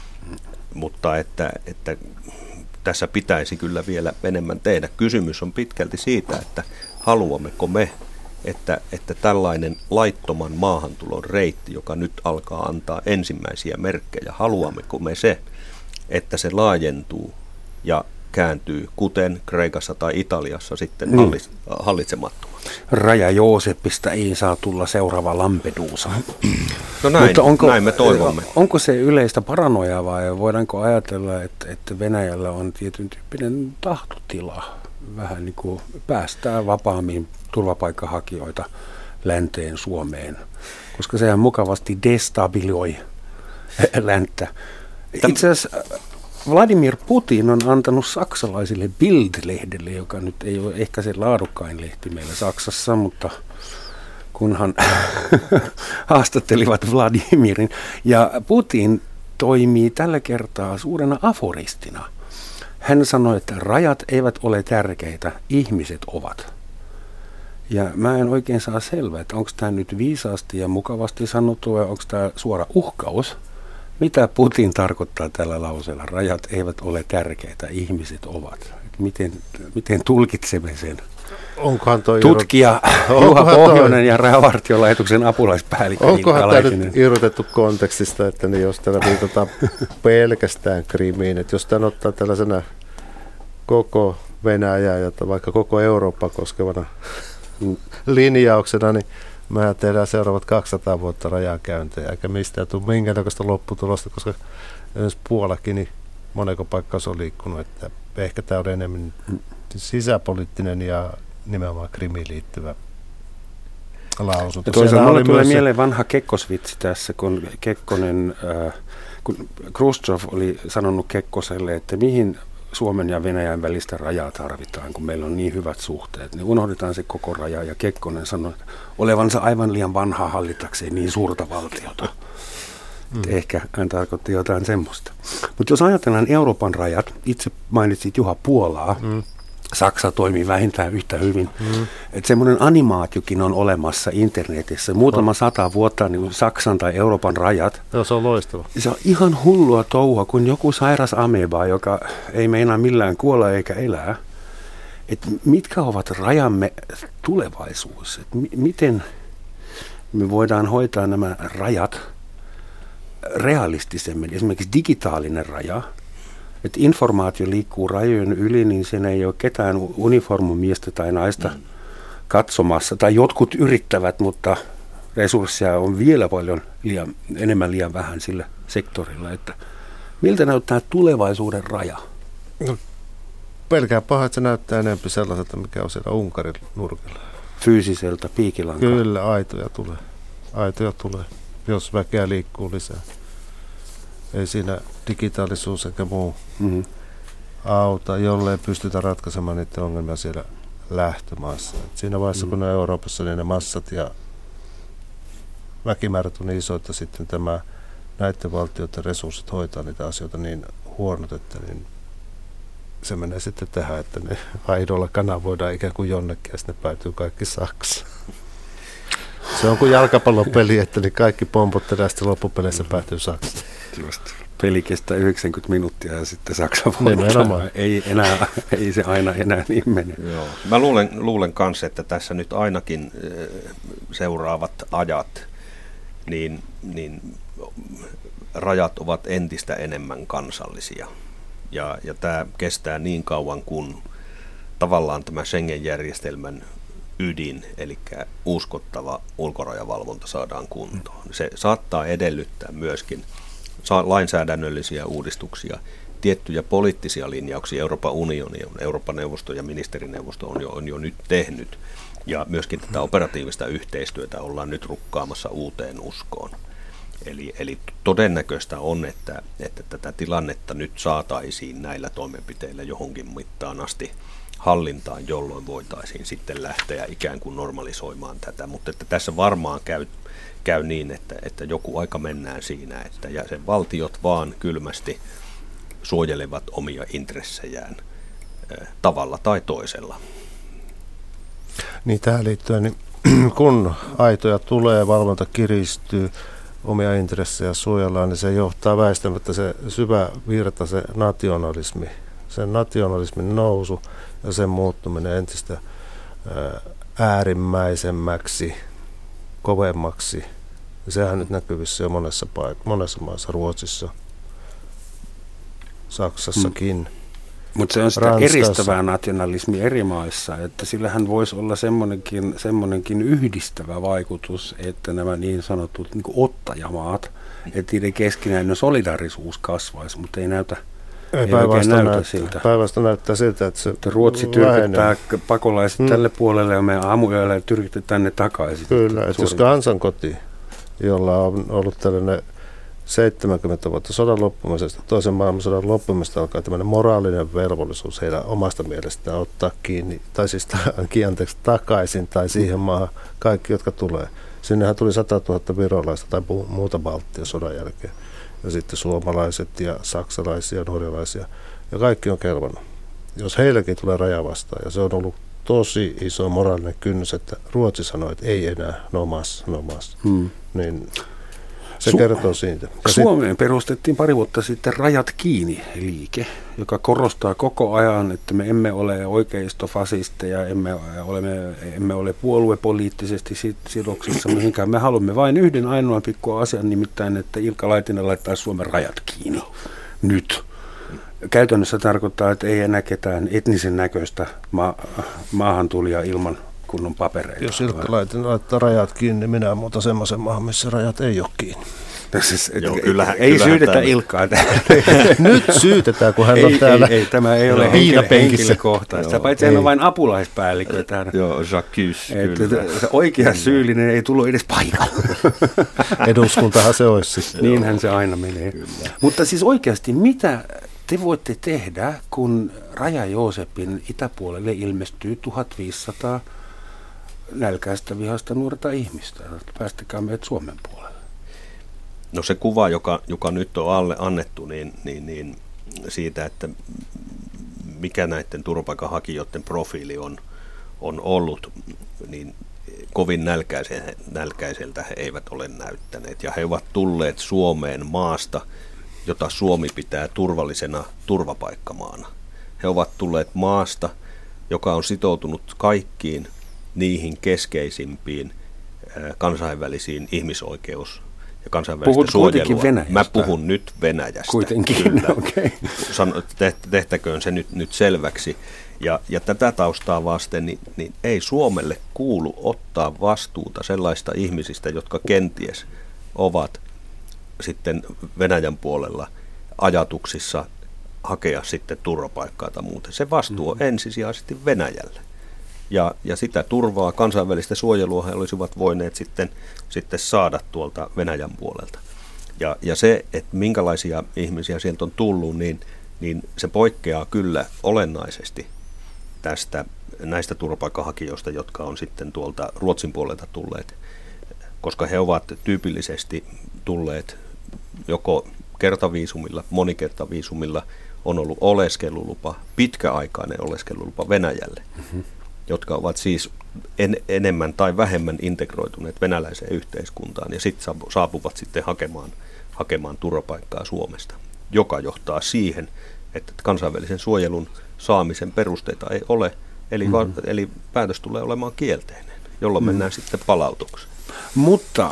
Mutta että, että tässä pitäisi kyllä vielä enemmän tehdä. Kysymys on pitkälti siitä, että haluammeko me, että, että tällainen laittoman maahantulon reitti, joka nyt alkaa antaa ensimmäisiä merkkejä, haluammeko me se, että se laajentuu ja kääntyy, kuten Kreikassa tai Italiassa sitten mm. hallitsemattomaksi. Raja-Joosepista ei saa tulla seuraava Lampedusa. No näin, Mutta onko, näin me toivomme. Onko se yleistä paranoiaa vai voidaanko ajatella, että, että Venäjällä on tietyn tyyppinen tahtotila vähän niin kuin päästää vapaammin turvapaikkahakijoita länteen Suomeen, koska sehän mukavasti destabilioi länttä. Itse asiassa Vladimir Putin on antanut saksalaisille Bild-lehdelle, joka nyt ei ole ehkä se laadukkain lehti meillä Saksassa, mutta kunhan haastattelivat Vladimirin. Ja Putin toimii tällä kertaa suurena aforistina. Hän sanoi, että rajat eivät ole tärkeitä, ihmiset ovat. Ja mä en oikein saa selvää, että onko tämä nyt viisaasti ja mukavasti sanottu vai onko tämä suora uhkaus. Mitä Putin tarkoittaa tällä lauseella? Rajat eivät ole tärkeitä, ihmiset ovat. Miten, miten tulkitsemme sen? Onkohan toi Tutkija irrot... Juha Pohjonen ja Rajavartiolaitoksen apulaispäällikkö. Onkohan tämä nyt irrotettu kontekstista, että niin jos täällä viitataan pelkästään Krimiin, että jos tämän ottaa tällaisena koko Venäjää ja vaikka koko Eurooppa koskevana linjauksena, niin mehän tehdään seuraavat kaksisataa vuotta rajakäyntejä, eikä mistään tule minkäännäköistä lopputulosta, koska esimerkiksi Puolakin, niin moneko paikkaa se on liikkunut, että ehkä tämä on enemmän sisäpoliittinen ja nimenomaan Krimiin liittyvä lausunto. Ja toisaalta mulle tulee mieleen vanha Kekkosvitsi tässä, kun Kekkonen, äh, kun Khrushchev oli sanonut Kekkoselle, että mihin Suomen ja Venäjän välistä rajaa tarvitaan, kun meillä on niin hyvät suhteet. Niin unohdetaan se koko raja, ja Kekkonen sanoi, että olevansa aivan liian vanha hallitakseen niin suurta valtiota. Mm. Ehkä hän tarkoitti jotain semmoista. Mutta jos ajatellaan Euroopan rajat, itse mainitsit Juha Puolaa, mm. Saksa toimii vähintään yhtä hyvin. Mm. Että semmoinen animaatiokin on olemassa internetissä. Muutama oh. sata vuotta niin Saksan tai Euroopan rajat. Joo, se on loistava. Se on ihan hullua touhua, kun joku sairas ameba, joka ei meinaa millään kuolla eikä elää. Et mitkä ovat rajamme tulevaisuus? Et m- miten me voidaan hoitaa nämä rajat realistisemmin? Esimerkiksi digitaalinen raja. Että informaatio liikkuu rajojen yli, niin siinä ei ole ketään uniformumiestä tai naista mm. katsomassa. Tai jotkut yrittävät, mutta resursseja on vielä paljon liian, enemmän liian vähän sillä sektorilla. Että miltä näyttää tulevaisuuden raja? No, pelkään paha, että se näyttää enemmän sellaiselta, mikä on siellä Unkarin nurkilla. Fyysiseltä piikilankaa. Kyllä, aitoja tulee. Aitoja tulee, jos väkeä liikkuu lisää. Ei siinä digitaalisuus eikä muu mm-hmm. auta, jollei pystytä ratkaisemaan niitä ongelmia siellä lähtömaassa. Et siinä vaiheessa, mm-hmm. kun on Euroopassa, niin ne massat ja väkimäärät on niin iso, että sitten tämä, näiden valtioiden resurssit hoitaa niitä asioita niin huonot, että niin se menee sitten tähän, että ne aidolla kanavoidaan ikään kuin jonnekin ja sitten ne päätyy kaikki Saksaan. Se on kuin jalkapallopeli, että niin kaikki pompottelee ja sitten loppupeleissä päätyy Saksaan. peli kestää yhdeksänkymmentä minuuttia ja sitten Saksa voittaa. Ei, enää, ei se aina enää niin mene. Joo. Mä luulen, luulen kanssa, että tässä nyt ainakin seuraavat ajat, niin, niin rajat ovat entistä enemmän kansallisia. Ja, ja tämä kestää niin kauan, kun tavallaan tämä Schengen-järjestelmän ydin, eli uskottava ulkorajavalvonta saadaan kuntoon. Se saattaa edellyttää myöskin lainsäädännöllisiä uudistuksia, tiettyjä poliittisia linjauksia Euroopan unioni, Euroopan neuvosto ja ministerineuvosto on jo, on jo nyt tehnyt, ja myöskin tätä operatiivista yhteistyötä ollaan nyt rukkaamassa uuteen uskoon. Eli, eli todennäköistä on, että, että tätä tilannetta nyt saataisiin näillä toimenpiteillä johonkin mittaan asti hallintaan, jolloin voitaisiin sitten lähteä ikään kuin normalisoimaan tätä, mutta että tässä varmaan käy, käy niin, että, että joku aika mennään siinä, että jäsenvaltiot vaan kylmästi suojelevat omia intressejään äh, tavalla tai toisella. Niin tähän liittyen, niin kun aitoja tulee, valvonta kiristyy, omia intressejä suojellaan, niin se johtaa väistämättä se syvä virta, se nationalismi, sen nationalismin nousu ja sen muuttuminen entistä äärimmäisemmäksi, kovemmaksi. Ja sehän nyt näkyvissä jo monessa, paik- monessa maassa, Ruotsissa, Saksassakin. Mm. Mutta se on sitä Ranskassa. Eristävää nationalismia eri maissa, että sillähän voisi olla semmoinenkin, semmoinenkin yhdistävä vaikutus, että nämä niin sanotut niin kuin ottajamaat, että niiden keskinäinen solidaarisuus kasvaisi, mutta ei näytä, ei, ei oikein näytä näyttää, siltä. Päivästä näyttää siltä, että se että Ruotsi tyrkyttää pakolaiset mm. tälle puolelle ja me aamuyöllä ja tyrkytetään ne takaisin. Kyllä, että jos kansankoti, jolla on ollut tällainen seitsemänkymmentä vuotta sodan loppumisesta, toisen maailmansodan loppumisesta alkaa tämmöinen moraalinen velvollisuus heidän omasta mielestään ottaa kiinni, tai siis anteeksi, takaisin tai siihen maahan kaikki, jotka tulee. Sinnehän tuli sata tuhatta virolaista tai muuta Baltia sodan jälkeen. Ja sitten suomalaiset ja saksalaisia ja norjalaisia. Ja kaikki on kelvannut. Jos heilläkin tulee raja vastaan, ja se on ollut tosi iso moraalinen kynnys, että Ruotsi sanoi, että ei enää, no mas, no mas. Hmm. Niin se Su- kertoo siitä. Ja Suomeen sit- perustettiin pari vuotta sitten Rajat kiinni -liike, joka korostaa koko ajan, että me emme ole oikeistofasisteja, emme ole, me, emme ole puoluepoliittisesti sidoksissa mihinkään. Me haluamme vain yhden ainoan pikku asian, nimittäin, että Ilkka Laitinen laittaa Suomen rajat kiinni. Nyt. Käytännössä tarkoittaa, että ei enää ketään etnisen näköistä ma- maahantulijaa ilman kunnon papereita. Jos Ilkka Laitinen laittaa rajat kiinni, niin minä muuta semmoisen maahan, missä rajat ei ole kiinni. Siis, Joo, kyllähän, ei kyllähän syytetä tämä Ilkkaa täällä. Nyt syytetään, kun hän ei, on täällä. Ei, ei, tämä ei ole henkilö, henkilökohtaista. Paitsi hän on vain apulaispäällikkö täällä. Joo, Jacques, se oikea syyllinen ei tullut edes paikalle. Eduskuntahan se olisi siis. Niinhän se aina menee. Kyllä. Mutta siis oikeasti, mitä te voitte tehdä, kun Raja-Joosepin itäpuolelle ilmestyy tuhatviisisataa nälkäistä vihasta nuorta ihmistä? Päästäkää meidät Suomen puolelle. No se kuva, joka, joka nyt on alle annettu, niin, niin, niin siitä, että mikä näiden turvapaikanhakijoiden profiili on, on ollut, niin kovin nälkäiseltä he eivät ole näyttäneet. Ja he ovat tulleet Suomeen maasta, jota Suomi pitää turvallisena turvapaikkamaana. He ovat tulleet maasta, joka on sitoutunut kaikkiin niihin keskeisimpiin kansainvälisiin ihmisoikeus- ja kansainvälistä suojelua. Mä puhun nyt Venäjästä. Kuitenkin, okei. Okay. Tehtäköön se nyt, nyt selväksi. Ja, ja tätä taustaa vasten, niin, niin ei Suomelle kuulu ottaa vastuuta sellaista ihmisistä, jotka kenties ovat sitten Venäjän puolella ajatuksissa hakea sitten turvapaikkaa tai muuten. Se vastuu on mm-hmm. ensisijaisesti Venäjälle. Ja, ja sitä turvaa, kansainvälistä suojelua he olisivat voineet sitten, sitten saada tuolta Venäjän puolelta. Ja, ja se, että minkälaisia ihmisiä sieltä on tullut, niin, niin se poikkeaa kyllä olennaisesti tästä, näistä turvapaikkahakijoista, jotka on sitten tuolta Ruotsin puolelta tulleet, koska he ovat tyypillisesti tulleet joko kertaviisumilla, monikertaviisumilla, on ollut oleskelulupa, pitkäaikainen oleskelulupa Venäjälle, mm-hmm. jotka ovat siis en, enemmän tai vähemmän integroituneet venäläiseen yhteiskuntaan ja sitten saapuvat sitten hakemaan, hakemaan turvapaikkaa Suomesta. joka johtaa siihen, että kansainvälisen suojelun saamisen perusteita ei ole, eli, mm-hmm. va, eli päätös tulee olemaan kielteinen, jolloin mm-hmm. mennään sitten palautukseen. Mutta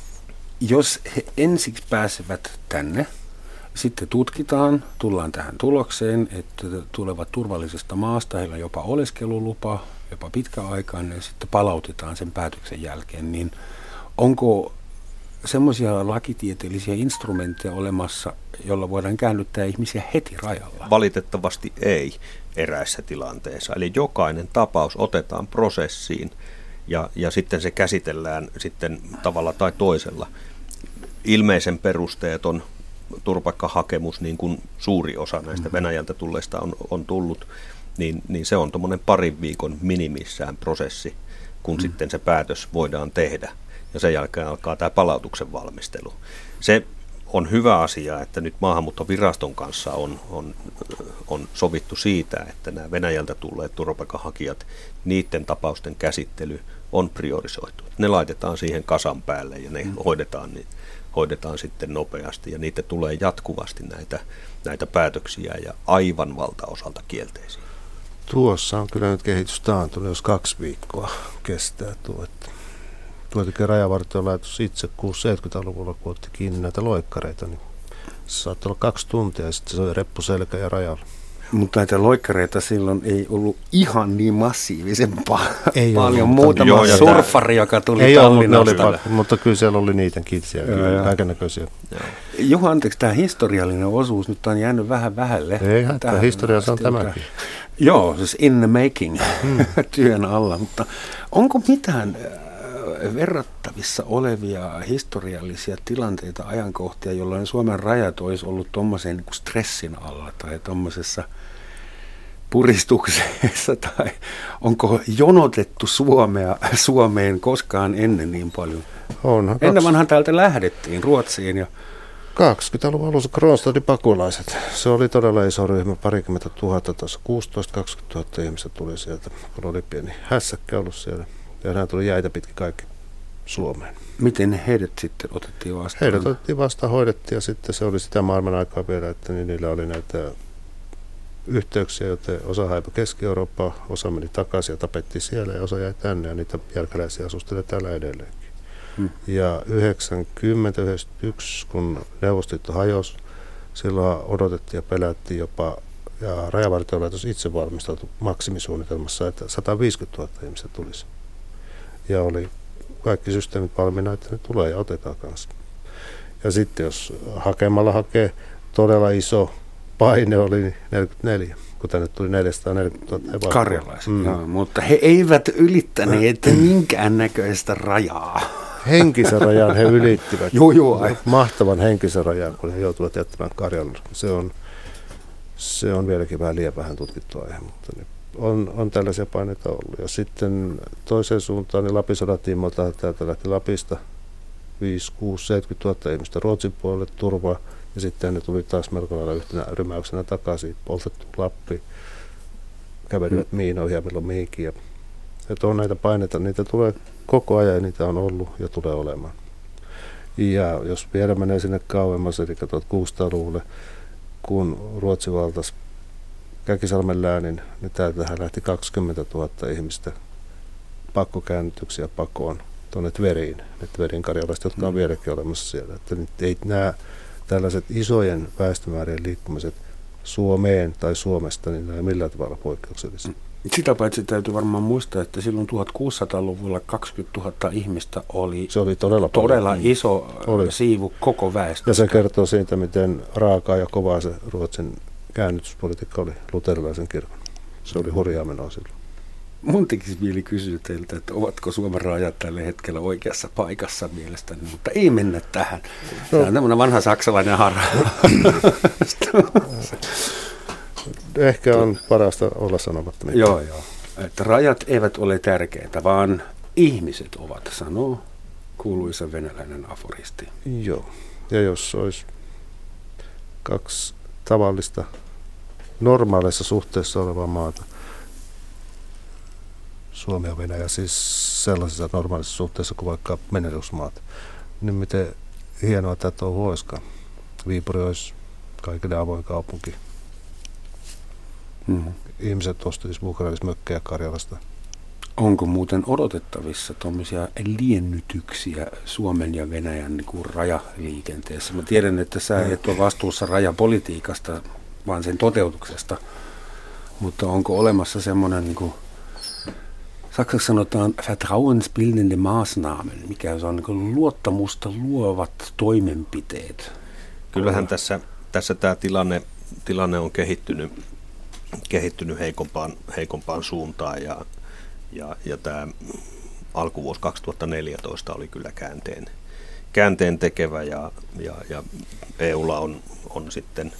jos he ensiksi pääsevät tänne, sitten tutkitaan, tullaan tähän tulokseen, että tulevat turvallisesta maasta, heillä on jopa oleskelulupa, jopa pitkäaikainen, ja sitten palautetaan sen päätöksen jälkeen, niin onko semmoisia lakitieteellisiä instrumentteja olemassa, jolla voidaan käännyttää ihmisiä heti rajalla? Valitettavasti ei eräissä tilanteissa. Eli jokainen tapaus otetaan prosessiin ja, ja sitten se käsitellään sitten tavalla tai toisella. Ilmeisen perusteeton turvapaikkahakemus, niin kuin suuri osa näistä mm-hmm. Venäjältä tulleista on, on tullut, niin, niin se on tuommoinen parin viikon minimissään prosessi, kun mm-hmm. sitten se päätös voidaan tehdä. Ja sen jälkeen alkaa tämä palautuksen valmistelu. Se on hyvä asia, että nyt maahanmuuttoviraston kanssa on, on, on sovittu siitä, että nämä Venäjältä tulleet turvapaikanhakijat, niiden tapausten käsittely on priorisoitu. Ne laitetaan siihen kasan päälle ja ne mm. hoidetaan, niin, hoidetaan sitten nopeasti. Ja niitä tulee jatkuvasti näitä, näitä päätöksiä ja aivan valtaosalta kielteisiä. Tuossa on kyllä nyt kehitys taantunut, jos kaksi viikkoa kestää tuo. Tuotikin Rajavartiolaitos itse kuusikymmentä-seitsemänkymmentäluvulla, kun otti kiinni näitä loikkareita, niin se saattoi olla kaksi tuntia ja sitten se oli reppuselkä ja rajalla. Mutta näitä loikkareita silloin ei ollut ihan niin massiivisen ei paljon. Ollut, muutama joo, surfari, joka tuli ei Tallinnasta. Ollut, mutta kyllä siellä oli niitäkin siellä, kaikennäköisiä. Juha, anteeksi, tämä historiallinen osuus nyt on jäänyt vähän vähälle. Ei tämä historia, se on tämäkin. Joo, siis in the making, hmm. työn alla, mutta onko mitään verrattavissa olevia historiallisia tilanteita, ajankohtia, jolloin Suomen rajat olisi ollut tuommoisen niin kuin stressin alla tai tuommoisessa puristuksessa, tai onko jonotettu Suomea, Suomeen koskaan ennen niin paljon? On. Ennen vanhan täältä lähdettiin Ruotsiin. Ja kaksikymmentäluvun alussa Kronstadtin pakolaiset. Se oli todella iso ryhmä, parikymmentä tuhatta tuossa, kuusitoista kaksikymmentä tuhatta ihmistä tuli sieltä, kun oli pieni hässäkkä ollut siellä. Ja nämä tuli jäitä pitkin kaikki Suomeen. Miten heidät sitten otettiin vastaan? Heidät otettiin vastaan, hoidettiin ja sitten se oli sitä maailman aikaa vielä, että niin niillä oli näitä yhteyksiä, joten osa haipui Keski-Eurooppaan, osa meni takaisin ja tapettiin siellä ja osa jäi tänne ja niitä jälkeläisiä asustelee täällä edelleenkin. Hmm. Ja yhdeksänkymmentä yhdeksänkymmentäyksi, kun Neuvostoliitto hajosi, silloin odotettiin ja pelättiin jopa, ja Rajavartiolaitos itse valmistautui maksimisuunnitelmassa, että sata viisikymmentätuhatta ihmistä tulisi. Ja oli kaikki systeemit valmiina, että ne tulee ja otetaan kanssa. Ja sitten jos hakemalla hakee, todella iso paine oli neljäkymmentäneljä, kun tänne tuli neljäsataaneljäkymmentätuhatta. Karjalaisia, mm. no, mutta he eivät ylittäneet minkäännäköistä rajaa. Henkisen rajan he ylittivät. Joo, joo. Mahtavan henkisen rajan, kun he joutuvat jättämään Karjalan. Se on, se on vieläkin vähän liian vähän tutkittu aihe, mutta ne On, on tällaisia paineita ollut. Ja sitten toiseen suuntaan niin Lapin sodatiimolta täältä lähti Lapista viisi, kuusi, seitsemänkymmentä tuhatta ihmistä Ruotsin puolelle turvaa. Ja sitten ne tuli taas melko lailla yhtenä rymäyksenä takaisin. Poltettu Lappi, kävelivät mm. miinoihin ja milloin mihinkin. Ja, että on näitä paineita, niitä tulee koko ajan ja niitä on ollut ja tulee olemaan. Ja jos vielä menee sinne kauemmas, eli tuhatkuusisataaluvulle, kun Ruotsi valtasi Käkisalmen läänin, niin täältähän lähti kaksikymmentätuhatta ihmistä pakkokäännytyksiä pakoon tuonne Tveriin, ne Tverin karjalaiset, jotka on vieläkin olemassa siellä. Että nyt ei nämä tällaiset isojen väestömäärien liikkumiset Suomeen tai Suomesta, niin nämä ei millään tavalla poikkeuksellisia. Sitä paitsi täytyy varmaan muistaa, että silloin tuhatkuusisataaluvulla kaksikymmentätuhatta ihmistä oli, se oli todella, todella iso oli. siivu koko väestöstä. Ja se kertoo siitä, miten raakaa ja kovaa se Ruotsin käännytyspolitiikka oli luterilaisen kirkon. Se oli hurjaa menoa silloin. Mun tekisi mieli kysyä teiltä, että ovatko Suomen rajat tällä hetkellä oikeassa paikassa mielestäni, mutta ei mennä tähän. No. Tämä on tämmöinen vanha saksalainen harha. Ehkä on parasta olla sanomatta mitään. Joo, joo. Että rajat eivät ole tärkeitä, vaan ihmiset ovat, sanoo kuuluisa venäläinen aforisti. Joo, ja jos olisi kaksi tavallista normaaleissa suhteessa olevaa maata, Suomi ja Venäjä, siis sellaisessa normaalisessa suhteessa kuin vaikka Benelux-maat, niin miten hienoa tämä touhu olisikaan. Viipuri olisi kaikille avoin kaupunki. Mm-hmm. Ihmiset ostaisivat vuokraillismökkejä Karjalasta. Onko muuten odotettavissa tuommoisia liennytyksiä Suomen ja Venäjän niin kuin rajaliikenteessä? Mä tiedän, että sä et ole vastuussa rajapolitiikasta, vaan sen toteutuksesta. Mutta onko olemassa semmoinen, niin kuin saksaksi sanotaan vertrauensbildende Maßnahmen, mikä on niin kuin luottamusta luovat toimenpiteet? Kyllähän tässä, tässä tämä tilanne, tilanne on kehittynyt, kehittynyt heikompaan, heikompaan suuntaan ja Ja, ja tämä alkuvuosi kaksituhattaneljätoista oli kyllä käänteen, käänteen tekevä ja, ja, ja E U:lla on, on sitten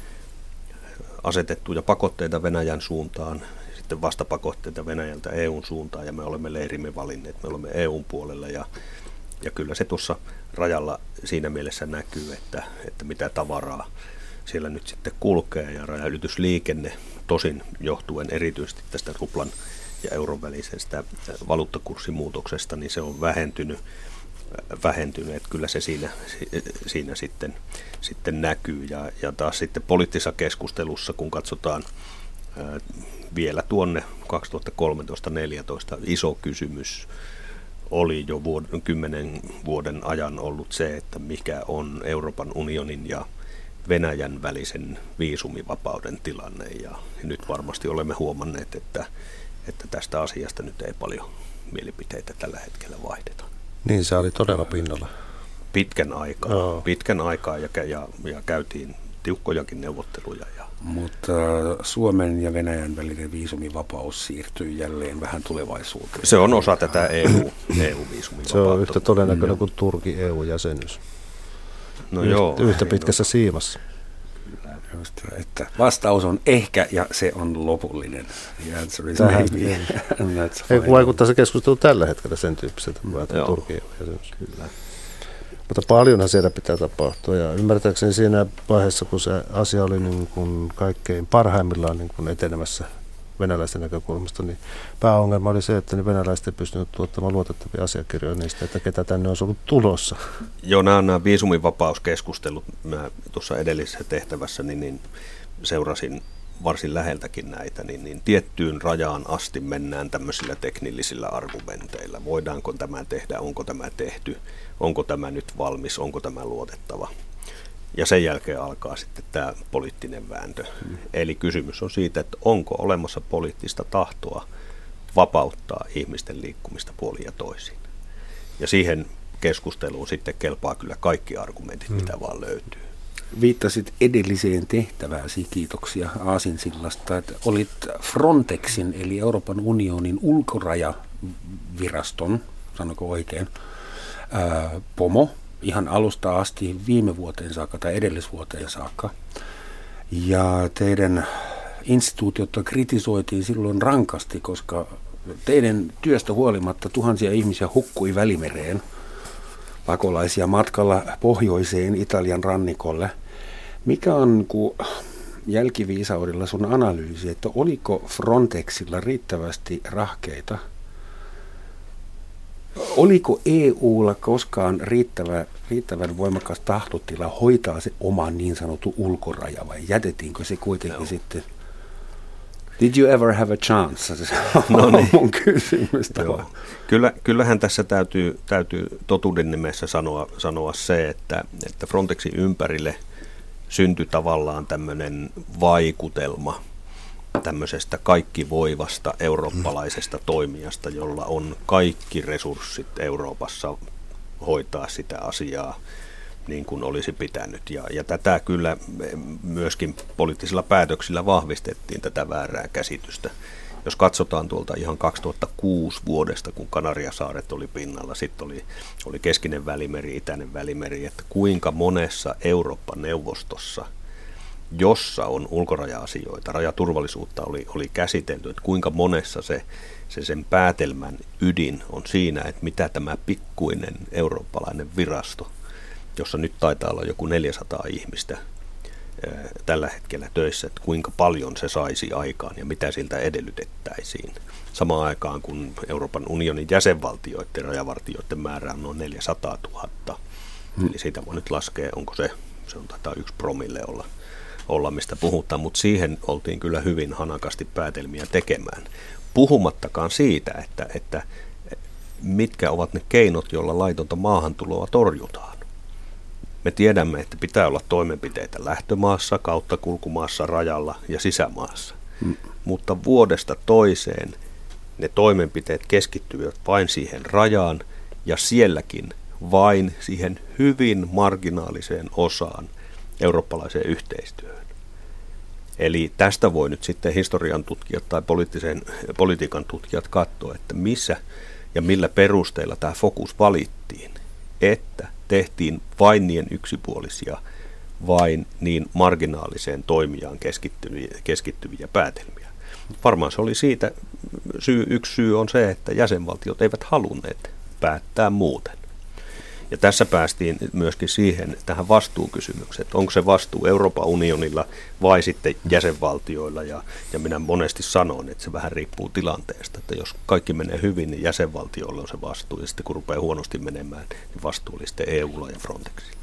asetettuja pakotteita Venäjän suuntaan, sitten vastapakotteita Venäjältä E U:n suuntaan ja me olemme leirimme valinneet, me olemme E U:n puolella ja, ja kyllä se tuossa rajalla siinä mielessä näkyy, että, että mitä tavaraa siellä nyt sitten kulkee ja rajaylitysliikenne tosin johtuen erityisesti tästä ruplan ja euron välisestä valuuttakurssimuutoksesta, niin se on vähentynyt, vähentynyt että kyllä se siinä, siinä sitten, sitten näkyy. Ja, ja taas sitten poliittisessa keskustelussa, kun katsotaan ää, vielä tuonne kaksituhattakolmetoista neljätoista, iso kysymys oli jo vuoden, kymmenen vuoden ajan ollut se, että mikä on Euroopan unionin ja Venäjän välisen viisumivapauden tilanne. Ja nyt varmasti olemme huomanneet, että että tästä asiasta nyt ei paljon mielipiteitä tällä hetkellä vaihdeta. Niin, se oli todella pinnalla. Pitkän aikaa, Joo. pitkän aikaa ja, ja, ja käytiin tiukkojakin neuvotteluja. Ja. Mutta Suomen ja Venäjän välinen viisumivapaus siirtyy jälleen vähän tulevaisuuteen. Se on osa tätä E U, E U-viisumivapautta. Se on yhtä todennäköinen kuin Turkin E U-jäsenyys. No Yhtä, joo. yhtä pitkässä siimassa. Just, että vastaus on ehkä ja se on lopullinen. The answer is Tähän, maybe. And that's Ei, fine. vaikuttaa se keskustelu tällä hetkellä sen tyyppiseltä, että Turkin E U-jäsenyys. Kyllä. Mutta paljonhan siellä pitää tapahtua ja ymmärtääkseni siinä vaiheessa, kun se asia oli niin kuin kaikkein parhaimmillaan niin kuin etenemässä venäläisten näkökulmasta, niin pääongelma oli se, että niin venäläiset ei pystynyt tuottamaan luotettavia asiakirjoja niistä, että ketä tänne olisi ollut tulossa. Joo, nämä, nämä viisumivapauskeskustelut, mä tuossa edellisessä tehtävässä niin, niin seurasin varsin läheltäkin näitä, niin, niin tiettyyn rajaan asti mennään tämmöisillä teknillisillä argumenteilla. Voidaanko tämä tehdä, onko tämä tehty, onko tämä nyt valmis, onko tämä luotettava. Ja sen jälkeen alkaa sitten tämä poliittinen vääntö. Mm. Eli kysymys on siitä, että onko olemassa poliittista tahtoa vapauttaa ihmisten liikkumista puolin ja toisin. Ja siihen keskusteluun sitten kelpaa kyllä kaikki argumentit, mm. mitä vaan löytyy. Viittasit edelliseen tehtävääsi, kiitoksia Aasinsillasta, että olit Frontexin eli Euroopan unionin ulkorajaviraston, sanoko oikein, ää, pomo, ihan alusta asti viime vuoteen saakka tai edellisvuoteen saakka. Ja teidän instituutiota kritisoitiin silloin rankasti, koska teidän työstä huolimatta tuhansia ihmisiä hukkui Välimereen, pakolaisia matkalla pohjoiseen Italian rannikolle. Mikä on jälkiviisaudella sun analyysi, että oliko Frontexilla riittävästi rahkeita? Oliko E U:lla koskaan riittävä, riittävän voimakas tahtotila hoitaa se oma niin sanottu ulkoraja vai jätettiinkö se kuitenkin no. sitten? Did you ever have a chance? Se on no niin. mun kysymys. Kyllä, kyllähän tässä täytyy, täytyy totuuden nimessä sanoa, sanoa se, että, että Frontexin ympärille syntyi tavallaan tämmöinen vaikutelma tämmöisestä kaikkivoivasta eurooppalaisesta toimijasta, jolla on kaikki resurssit Euroopassa hoitaa sitä asiaa niin kuin olisi pitänyt. Ja, ja tätä kyllä myöskin poliittisilla päätöksillä vahvistettiin tätä väärää käsitystä. Jos katsotaan tuolta ihan kaksituhattakuusi vuodesta, kun Kanariasaaret oli pinnalla, sitten oli, oli Keskinen välimeri, Itäinen välimeri, että kuinka monessa Euroopan neuvostossa, jossa on ulkoraja-asioita, rajaturvallisuutta oli, oli käsitelty, että kuinka monessa se, se sen päätelmän ydin on siinä, että mitä tämä pikkuinen eurooppalainen virasto, jossa nyt taitaa olla joku neljäsataa ihmistä tällä hetkellä töissä, että kuinka paljon se saisi aikaan ja mitä siltä edellytettäisiin. Samaan aikaan, kun Euroopan unionin jäsenvaltioiden rajavartijoiden määrä on noin neljäsataatuhatta. Hmm. Eli siitä voi nyt laskea, onko se, se on taitaa yksi promille olla, olla, mistä puhutaan, mutta siihen oltiin kyllä hyvin hanakasti päätelmiä tekemään. Puhumattakaan siitä, että, että mitkä ovat ne keinot, joilla laitonta maahantuloa torjutaan. Me tiedämme, että pitää olla toimenpiteitä lähtömaassa, kauttakulkumaassa, rajalla ja sisämaassa. Mm. Mutta vuodesta toiseen ne toimenpiteet keskittyvät vain siihen rajaan ja sielläkin vain siihen hyvin marginaaliseen osaan eurooppalaiseen yhteistyöhön. Eli tästä voi nyt sitten historian tutkijat tai poliittisen, politiikan tutkijat katsoa, että missä ja millä perusteilla tämä fokus valittiin, että tehtiin vain niin yksipuolisia, vain niin marginaaliseen toimijaan keskittyviä, keskittyviä päätelmiä. Varmaan se oli siitä, syy, yksi syy on se, että jäsenvaltiot eivät halunneet päättää muuten. Ja tässä päästiin myöskin siihen, tähän vastuukysymykseen, onko se vastuu Euroopan unionilla vai sitten jäsenvaltioilla. Ja, ja minä monesti sanon, että se vähän riippuu tilanteesta, että jos kaikki menee hyvin, niin jäsenvaltioilla on se vastuu. Ja sitten kun rupeaa huonosti menemään, niin vastuu oli sitten E U:lla ja Frontexilla.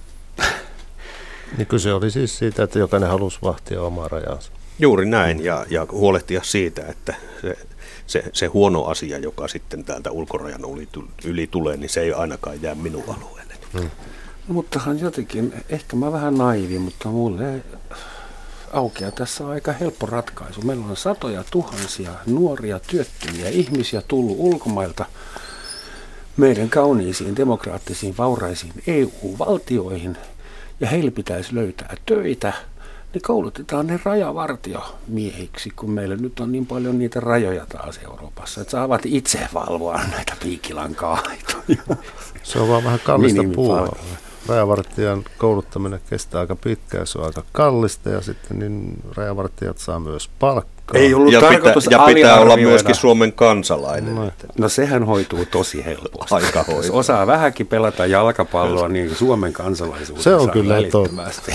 Niin kyllä se oli siis siitä, että jokainen halusi vahtia omaa rajansa. Juuri näin, ja, ja huolehtia siitä, että se, se, se huono asia, joka sitten täältä ulkorajan yli, yli tulee, niin se ei ainakaan jää minun alueelle. Hmm. No, muttahan jotenkin, ehkä mä vähän naivi, mutta mulle aukeaa tässä aika helppo ratkaisu. Meillä on satoja tuhansia nuoria työttömiä ihmisiä tullut ulkomailta meidän kauniisiin, demokraattisiin, vauraisiin E U-valtioihin, ja heille pitäisi löytää töitä. Niin koulutetaan ne rajavartiomiehiksi, kun meillä nyt on niin paljon niitä rajoja taas Euroopassa, että saavat itse valvoa näitä piikilanka-aitoja. Se on vaan vähän kallista puuhaa. Rajavartijan kouluttaminen kestää aika pitkään, se on aika kallista ja sitten niin rajavartijat saa myös palkkaa. Ei ollut ja tarkoitus pitää, ja pitää olla myöskin Suomen kansalainen. No, no sehän hoituu tosi helposti. Aika hoituu. Jos osaa vähänkin pelata jalkapalloa, niin Suomen kansalaisuus se on kyllä välittömästi.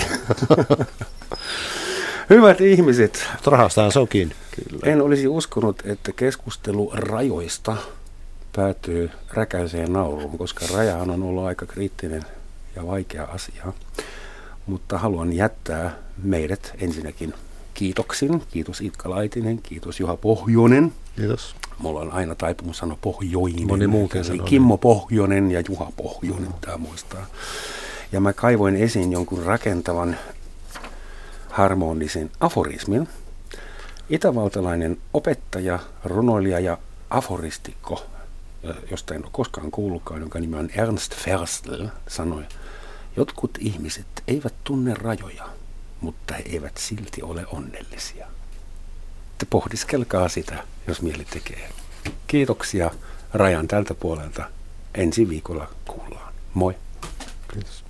Hyvät ihmiset. Rahastahan sokin. Kyllä. En olisi uskonut, että keskustelu rajoista päätyy räkäiseen nauruun, koska rajahan on ollut aika kriittinen ja vaikea asia. Mutta haluan jättää meidät ensinnäkin kiitoksin. Kiitos Ilkka Laitinen, kiitos Juha Pohjonen. Kiitos. Mulla on aina taipumus sanoa Pohjoinen. Moni muukin sanoo. Kimmo Pohjonen ja Juha Pohjonen, tämä muistaa. Ja mä kaivoin esiin jonkun rakentavan harmonisen aforismin. Itävaltalainen opettaja, runoilija ja aforistikko, josta en ole koskaan kuullutkaan, jonka nimi on Ernst Ferstel, sanoi, jotkut ihmiset eivät tunne rajoja, mutta he eivät silti ole onnellisia. Te pohdiskelkaa sitä, jos mieli tekee. Kiitoksia rajan tältä puolelta. Ensi viikolla kuullaan. Moi. Kiitos.